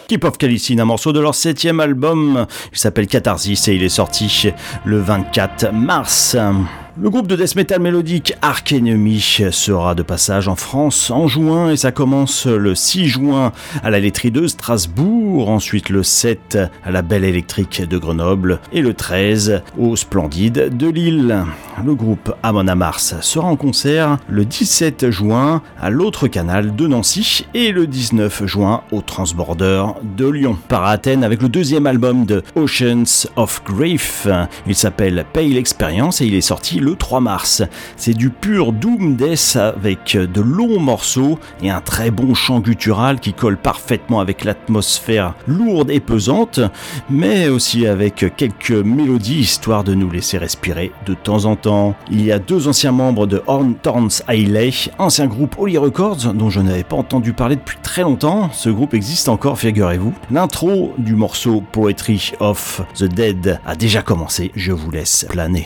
S2: Keep of Calicine, un morceau de leur 7e album. Il s'appelle Catharsis et il est sorti le 24 mars. Le groupe de death metal mélodique Arch Enemy sera de passage en France en juin et ça commence le 6 juin à la laiterie de Strasbourg, ensuite le 7 à la Belle Électrique de Grenoble et le 13 au Splendide de Lille. Le groupe Amon Amarth sera en concert le 17 juin à l'autre canal de Nancy et le 19 juin au Transborder de Lyon. Par Athènes avec le 2e album de Oceans of Grief. Il s'appelle Pale Experience et il est sorti le 3 mars. C'est du pur doom death avec de longs morceaux et un très bon chant guttural qui colle parfaitement avec l'atmosphère lourde et pesante, mais aussi avec quelques mélodies histoire de nous laisser respirer de temps en temps. Il y a 2 anciens membres de Hornthorns Hayley, ancien groupe Holy Records dont je n'avais pas entendu parler depuis très longtemps. Ce groupe existe encore, figurez-vous. L'intro du morceau Poetry of the Dead a déjà commencé, je vous laisse planer.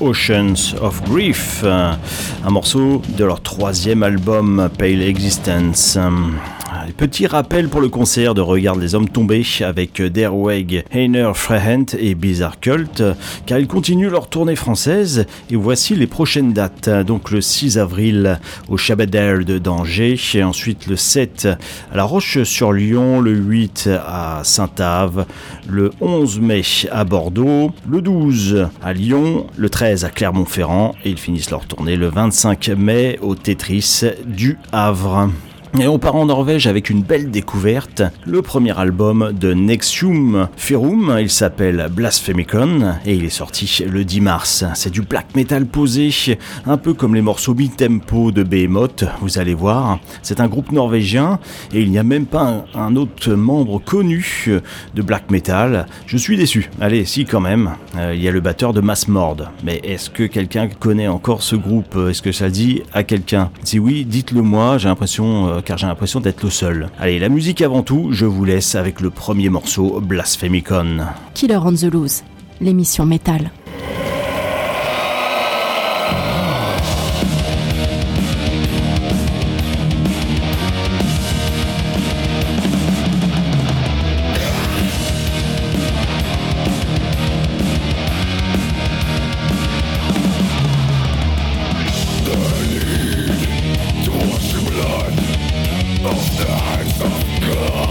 S2: Oceans of Grief, un morceau de leur 3e album Pale Existence. Petit rappel pour le concert de Regarde les hommes tombés avec Derweg, Heiner Frehent et Bizarre Cult, car ils continuent leur tournée française et voici les prochaines dates. Donc le 6 avril au Chabadel de d'Angers, et ensuite le 7 à La Roche-sur-Yon, le 8 à Saint-Ave, le 11 mai à Bordeaux, le 12 à Lyon, le 13 à Clermont-Ferrand et ils finissent leur tournée le 25 mai au Tetris du Havre. Et on part en Norvège avec une belle découverte, le premier album de Nexium Ferum, il s'appelle Blasphemicon et il est sorti le 10 mars. C'est du black metal posé, un peu comme les morceaux mid-tempo de Behemoth, vous allez voir. C'est un groupe norvégien et il n'y a même pas un autre membre connu de black metal. Je suis déçu, allez, si quand même, il y a le batteur de Massmord. Mais est-ce que quelqu'un connaît encore ce groupe? Est-ce que ça dit à quelqu'un? Si oui, dites-le moi, car j'ai l'impression d'être le seul. Allez, la musique avant tout, je vous laisse avec le premier morceau, Blasphemicon.
S3: Killer on the Loose, l'émission métal.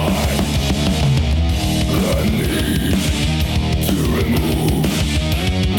S4: To remove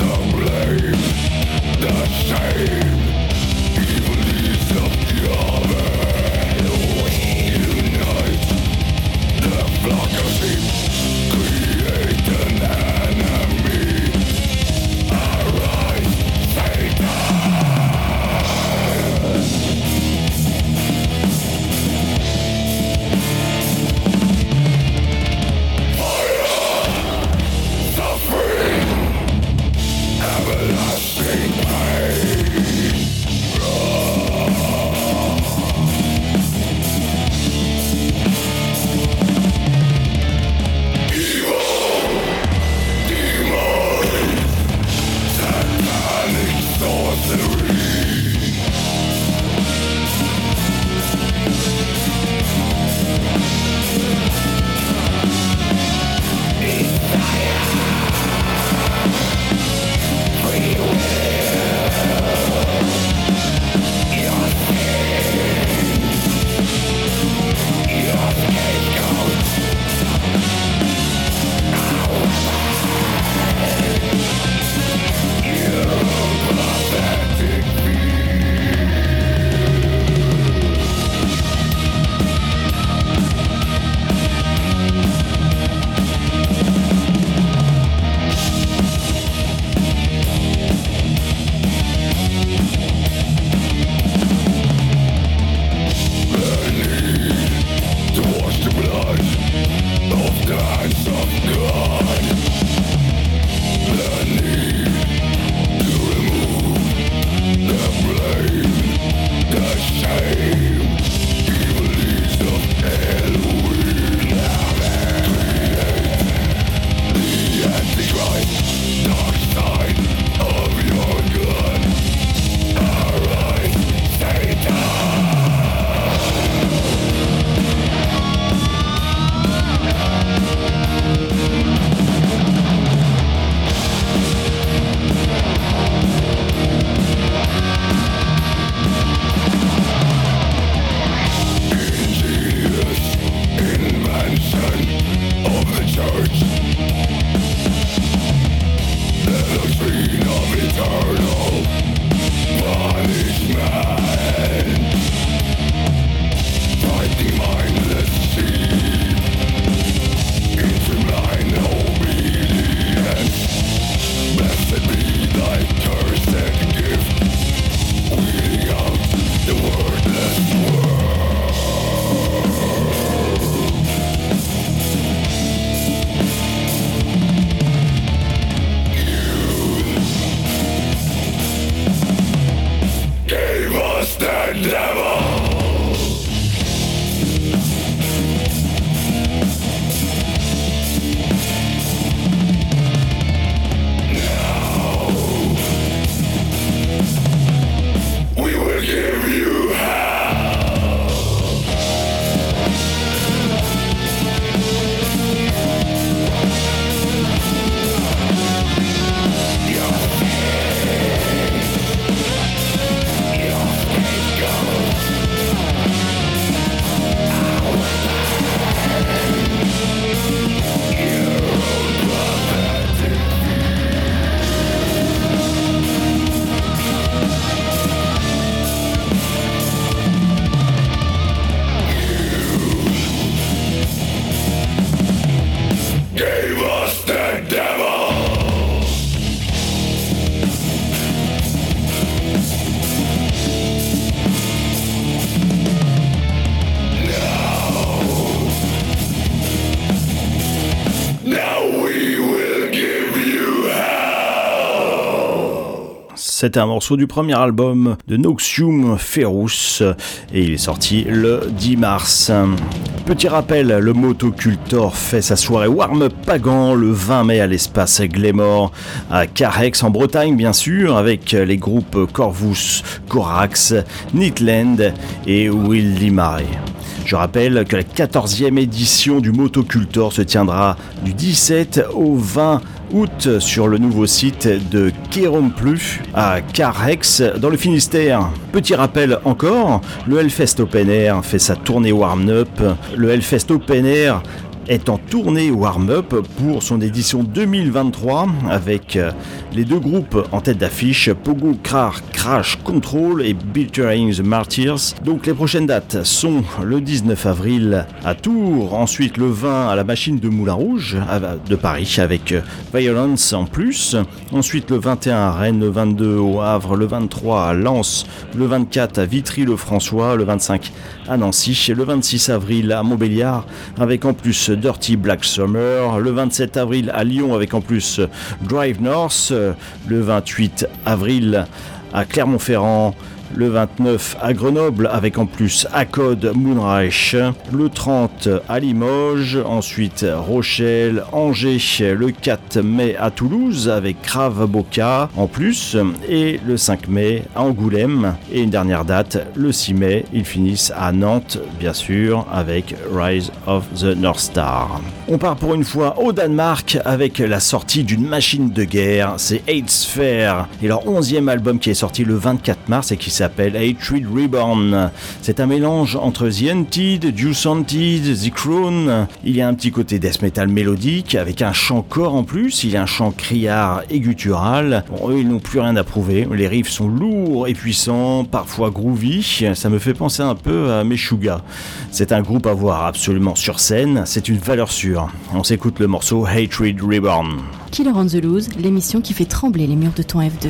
S2: C'était un morceau du premier album de Noxium Ferus et il est sorti le 10 mars. Petit rappel, le Motocultor fait sa soirée warm-up Pagan le 20 mai à l'espace Glamour à Carhex en Bretagne bien sûr, avec les groupes Corvus, Corax, Nitland et Willy Mare. Je rappelle que la 14e édition du Motocultor se tiendra du 17 au 20 août sur le nouveau site de Kéromplu à Carhex dans le Finistère. Petit rappel encore, le Hellfest Open Air fait sa tournée warm-up. Le Hellfest Open Air est en tournée warm-up pour son édition 2023 avec les deux groupes en tête d'affiche, Pogo Crash Control et Butchering the Martyrs. Donc les prochaines dates sont le 19 avril à Tours, ensuite le 20 à la Machine de Moulin Rouge de Paris avec Violence en plus, ensuite le 21 à Rennes, le 22 au Havre, le 23 à Lens, le 24 à Vitry-le-François, le 25 à Nancy et le 26 avril à Montbéliard avec en plus Dirty Black Summer, le 27 avril à Lyon avec en plus Drive North, le 28 avril à Clermont-Ferrand, le 29 à Grenoble avec en plus Acode Moonreich, le 30 à Limoges, ensuite Rochelle, Angers, le 4 mai à Toulouse avec Crave Boca en plus et le 5 mai à Angoulême et une dernière date, le 6 mai, ils finissent à Nantes bien sûr avec Rise of the North Star. On part pour une fois au Danemark avec la sortie d'une machine de guerre, c'est Hate et leur 11e album qui est sorti le 24 mars et qui s'appelle Hatred Reborn. C'est un mélange entre The Hunted, Deuce Hunted, The Crown. Il y a un petit côté death metal mélodique avec un chant corps en plus, il y a un chant criard et guttural. Bon, eux ils n'ont plus rien à prouver, les riffs sont lourds et puissants, parfois groovy, ça me fait penser un peu à Meshuggah. C'est un groupe à voir absolument sur scène, c'est une valeur sûre. On s'écoute le morceau Hatred Reborn.
S3: Killer on the Loose, l'émission qui fait trembler les murs de ton F2.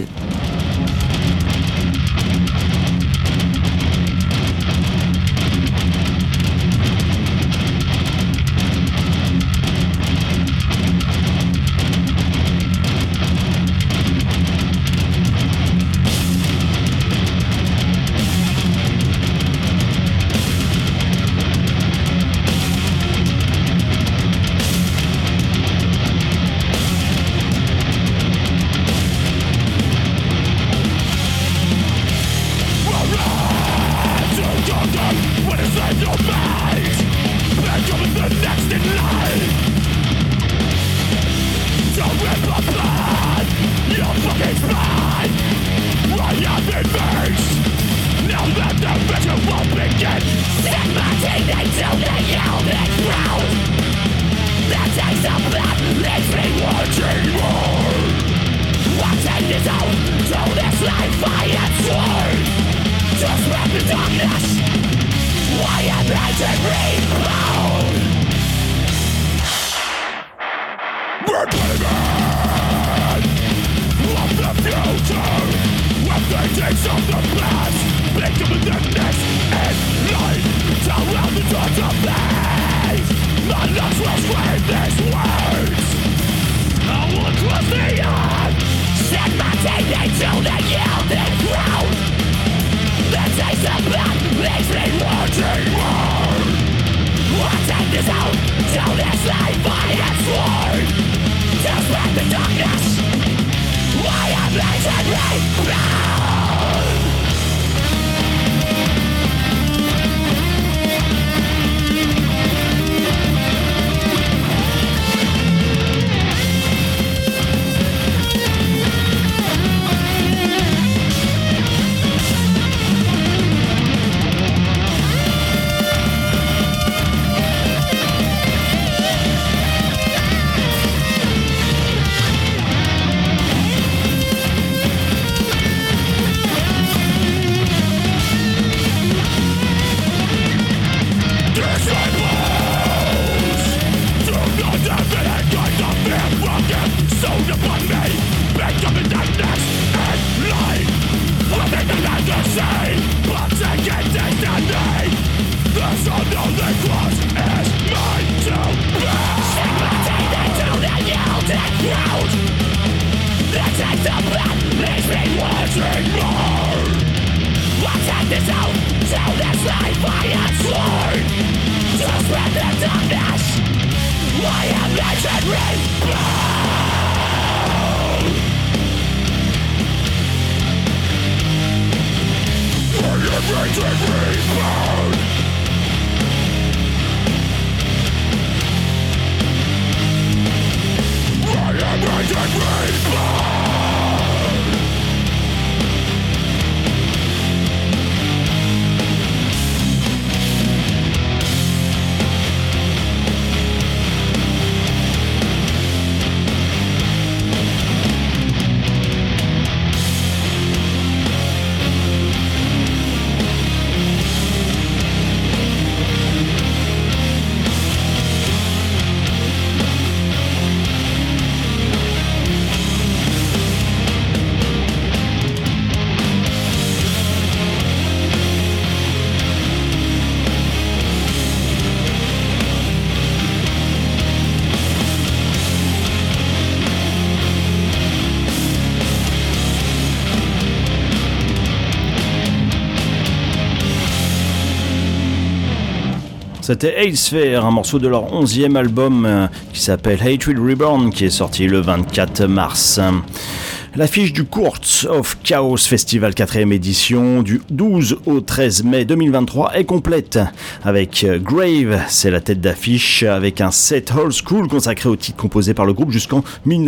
S4: Take
S2: C'était Hellsphere, un morceau de leur 11e album qui s'appelle Hatred Reborn, qui est sorti le 24 mars. L'affiche du Courts of Chaos Festival 4e édition du 12 au 13 mai 2023 est complète avec Grave, c'est la tête d'affiche, avec un set old school consacré au titre composé par le groupe jusqu'en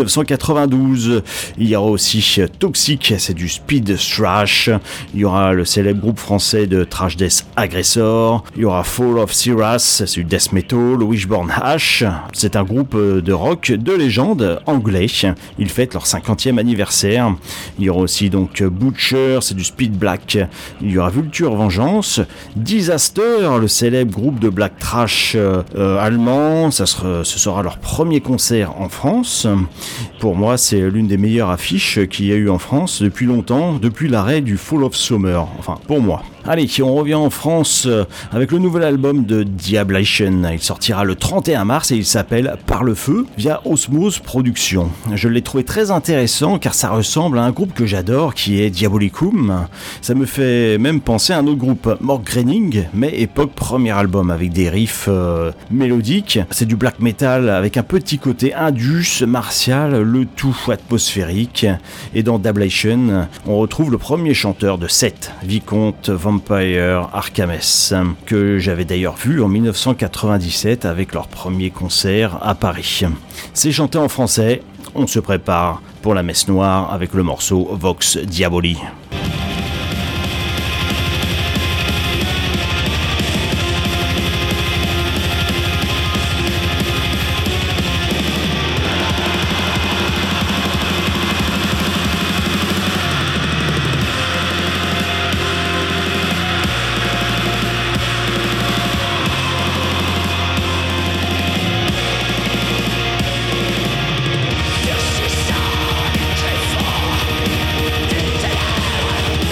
S2: 1992. Il y aura aussi Toxic, c'est du speed thrash. Il y aura le célèbre groupe français de thrash death Aggressor. Il y aura Fall of Cirrus, c'est du death metal. Wishbone Ash, c'est un groupe de rock de légende anglais. Ils fêtent leur 50e anniversaire. Il y aura aussi donc Butcher, c'est du speed black. Il y aura Vulture Vengeance, Disaster, le célèbre groupe de black trash allemand. Ce sera leur premier concert en France. Pour moi, c'est l'une des meilleures affiches qu'il y a eu en France depuis longtemps, depuis l'arrêt du Fall of Summer. Enfin, pour moi. Allez, on revient en France avec le nouvel album de Diablation. Il sortira le 31 mars et il s'appelle Par le Feu via Osmose Productions. Je l'ai trouvé très intéressant car ça ressemble à un groupe que j'adore qui est Diabolicum. Ça me fait même penser à un autre groupe, Morgrening, mais époque premier album avec des riffs mélodiques. C'est du black metal avec un petit côté indus, martial, le tout atmosphérique. Et dans Diablation, on retrouve le premier chanteur de Seth, Vicomte Vampire Arcames, que j'avais d'ailleurs vu en 1997 avec leur premier concert à Paris. C'est chanté en français, on se prépare pour la messe noire avec le morceau Vox Diaboli.
S4: Just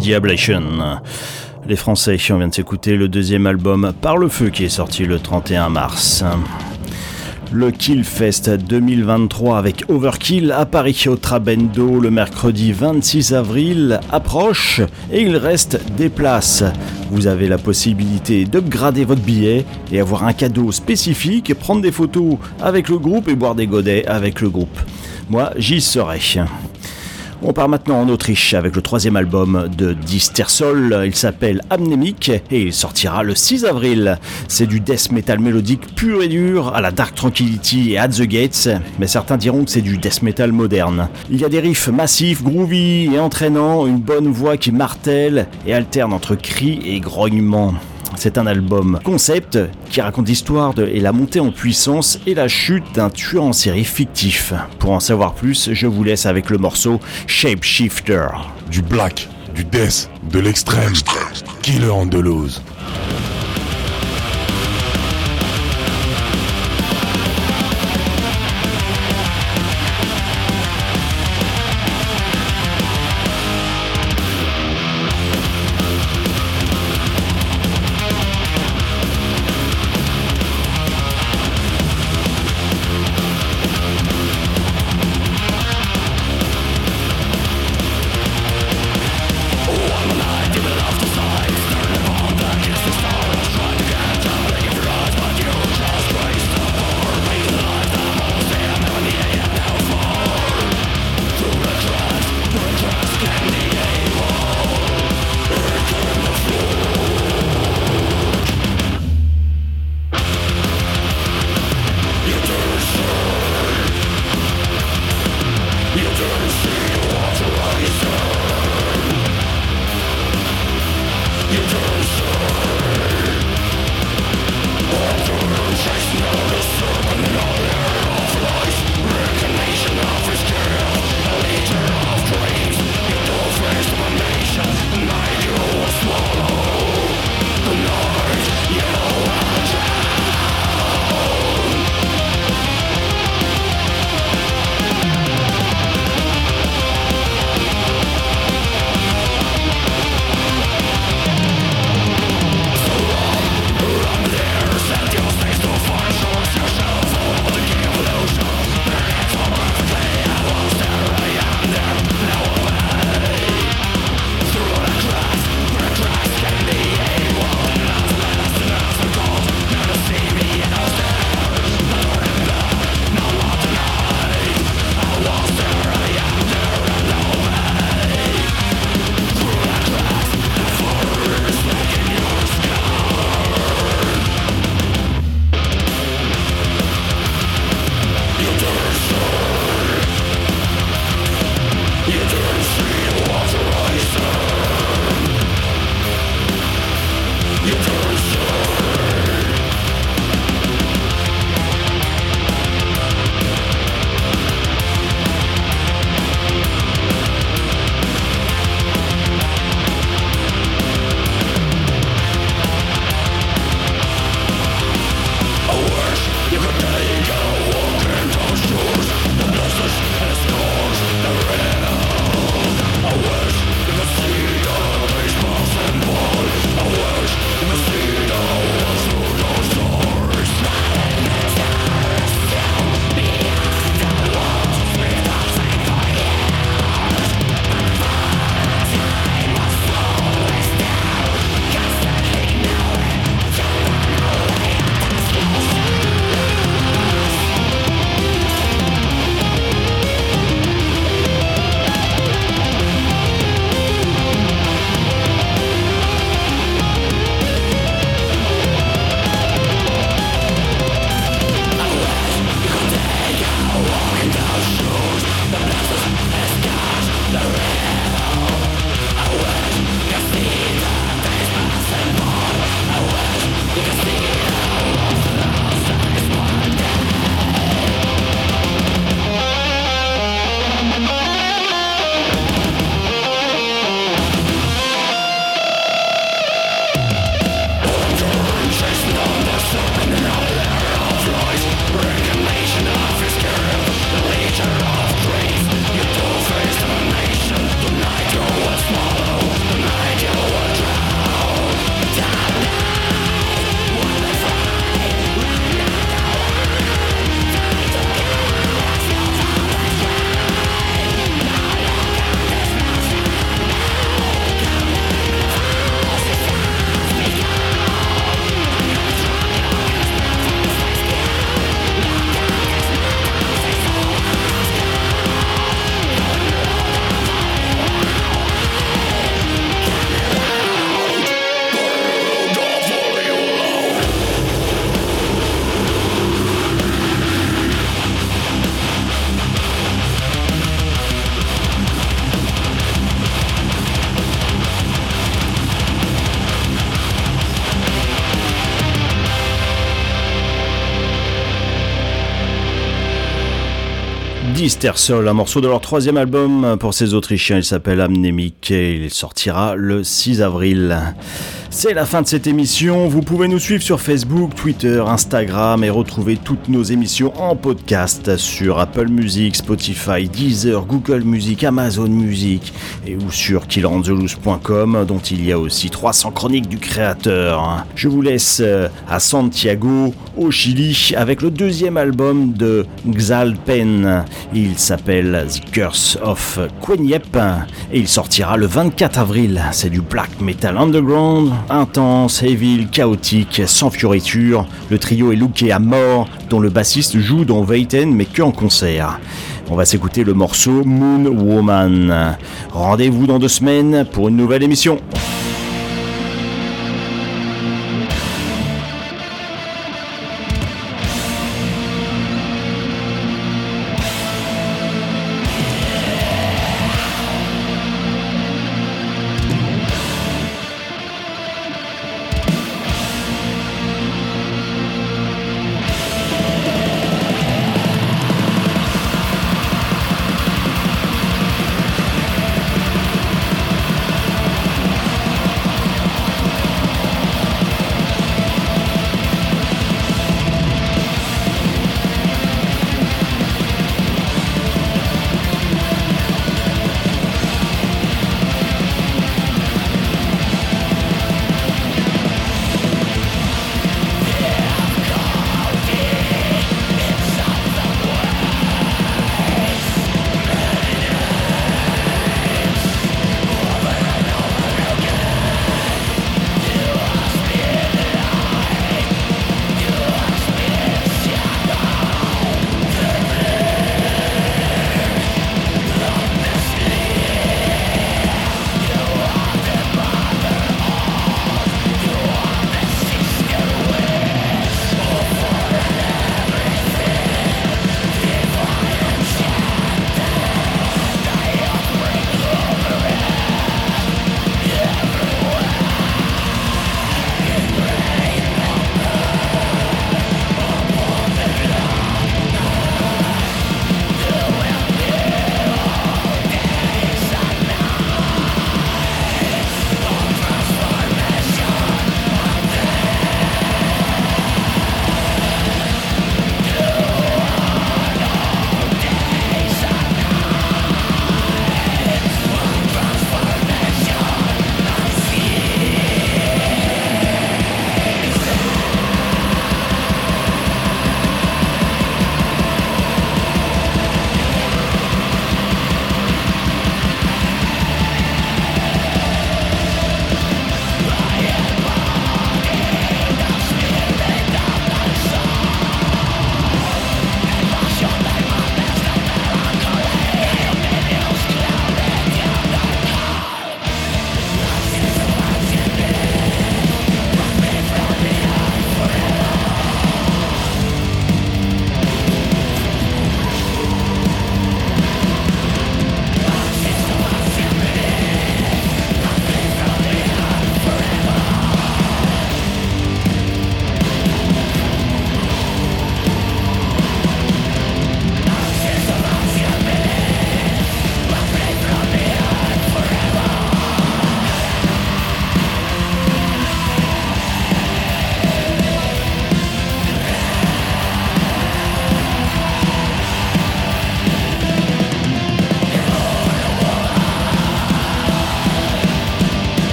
S2: The Ablation. Les Français, on vient de s'écouter le deuxième album Par le Feu qui est sorti le 31 mars. Le Killfest 2023 avec Overkill à Paris au Trabendo le mercredi 26 avril approche et il reste des places. Vous avez la possibilité d'upgrader votre billet et avoir un cadeau spécifique, prendre des photos avec le groupe et boire des godets avec le groupe. Moi, j'y serai. On part maintenant en Autriche avec le troisième album de Distersol. Il s'appelle Amnémique et il sortira le 6 avril. C'est du death metal mélodique pur et dur à la Dark Tranquillity et At the Gates, mais certains diront que c'est du death metal moderne. Il y a des riffs massifs, groovy et entraînants, une bonne voix qui martèle et alterne entre cris et grognements. C'est un album concept qui raconte l'histoire et la montée en puissance et la chute d'un tueur en série fictif. Pour en savoir plus, je vous laisse avec le morceau Shapeshifter.
S1: Du black, du death, de l'extrême. Killer Andalouse.
S4: One night, give it off the side, starting upon the kiss the star.
S2: Distersol, un morceau de leur 3e album pour ces Autrichiens, il s'appelle Amnémique et il sortira le 6 avril. C'est la fin de cette émission, vous pouvez nous suivre sur Facebook, Twitter, Instagram et retrouver toutes nos émissions en podcast sur Apple Music, Spotify, Deezer, Google Music, Amazon Music et ou sur killandtheloose.com dont il y a aussi 300 chroniques du créateur. Je vous laisse à Santiago, au Chili, avec le 2e album de Xalpen. Il s'appelle The Curse of Quenyep et il sortira le 24 avril. C'est du black metal underground, intense, heavy, chaotique, sans fioriture. Le trio est looké à mort, dont le bassiste joue dans Veiten mais que en concert. On va s'écouter le morceau Moon Woman. Rendez-vous dans 2 semaines pour une nouvelle émission.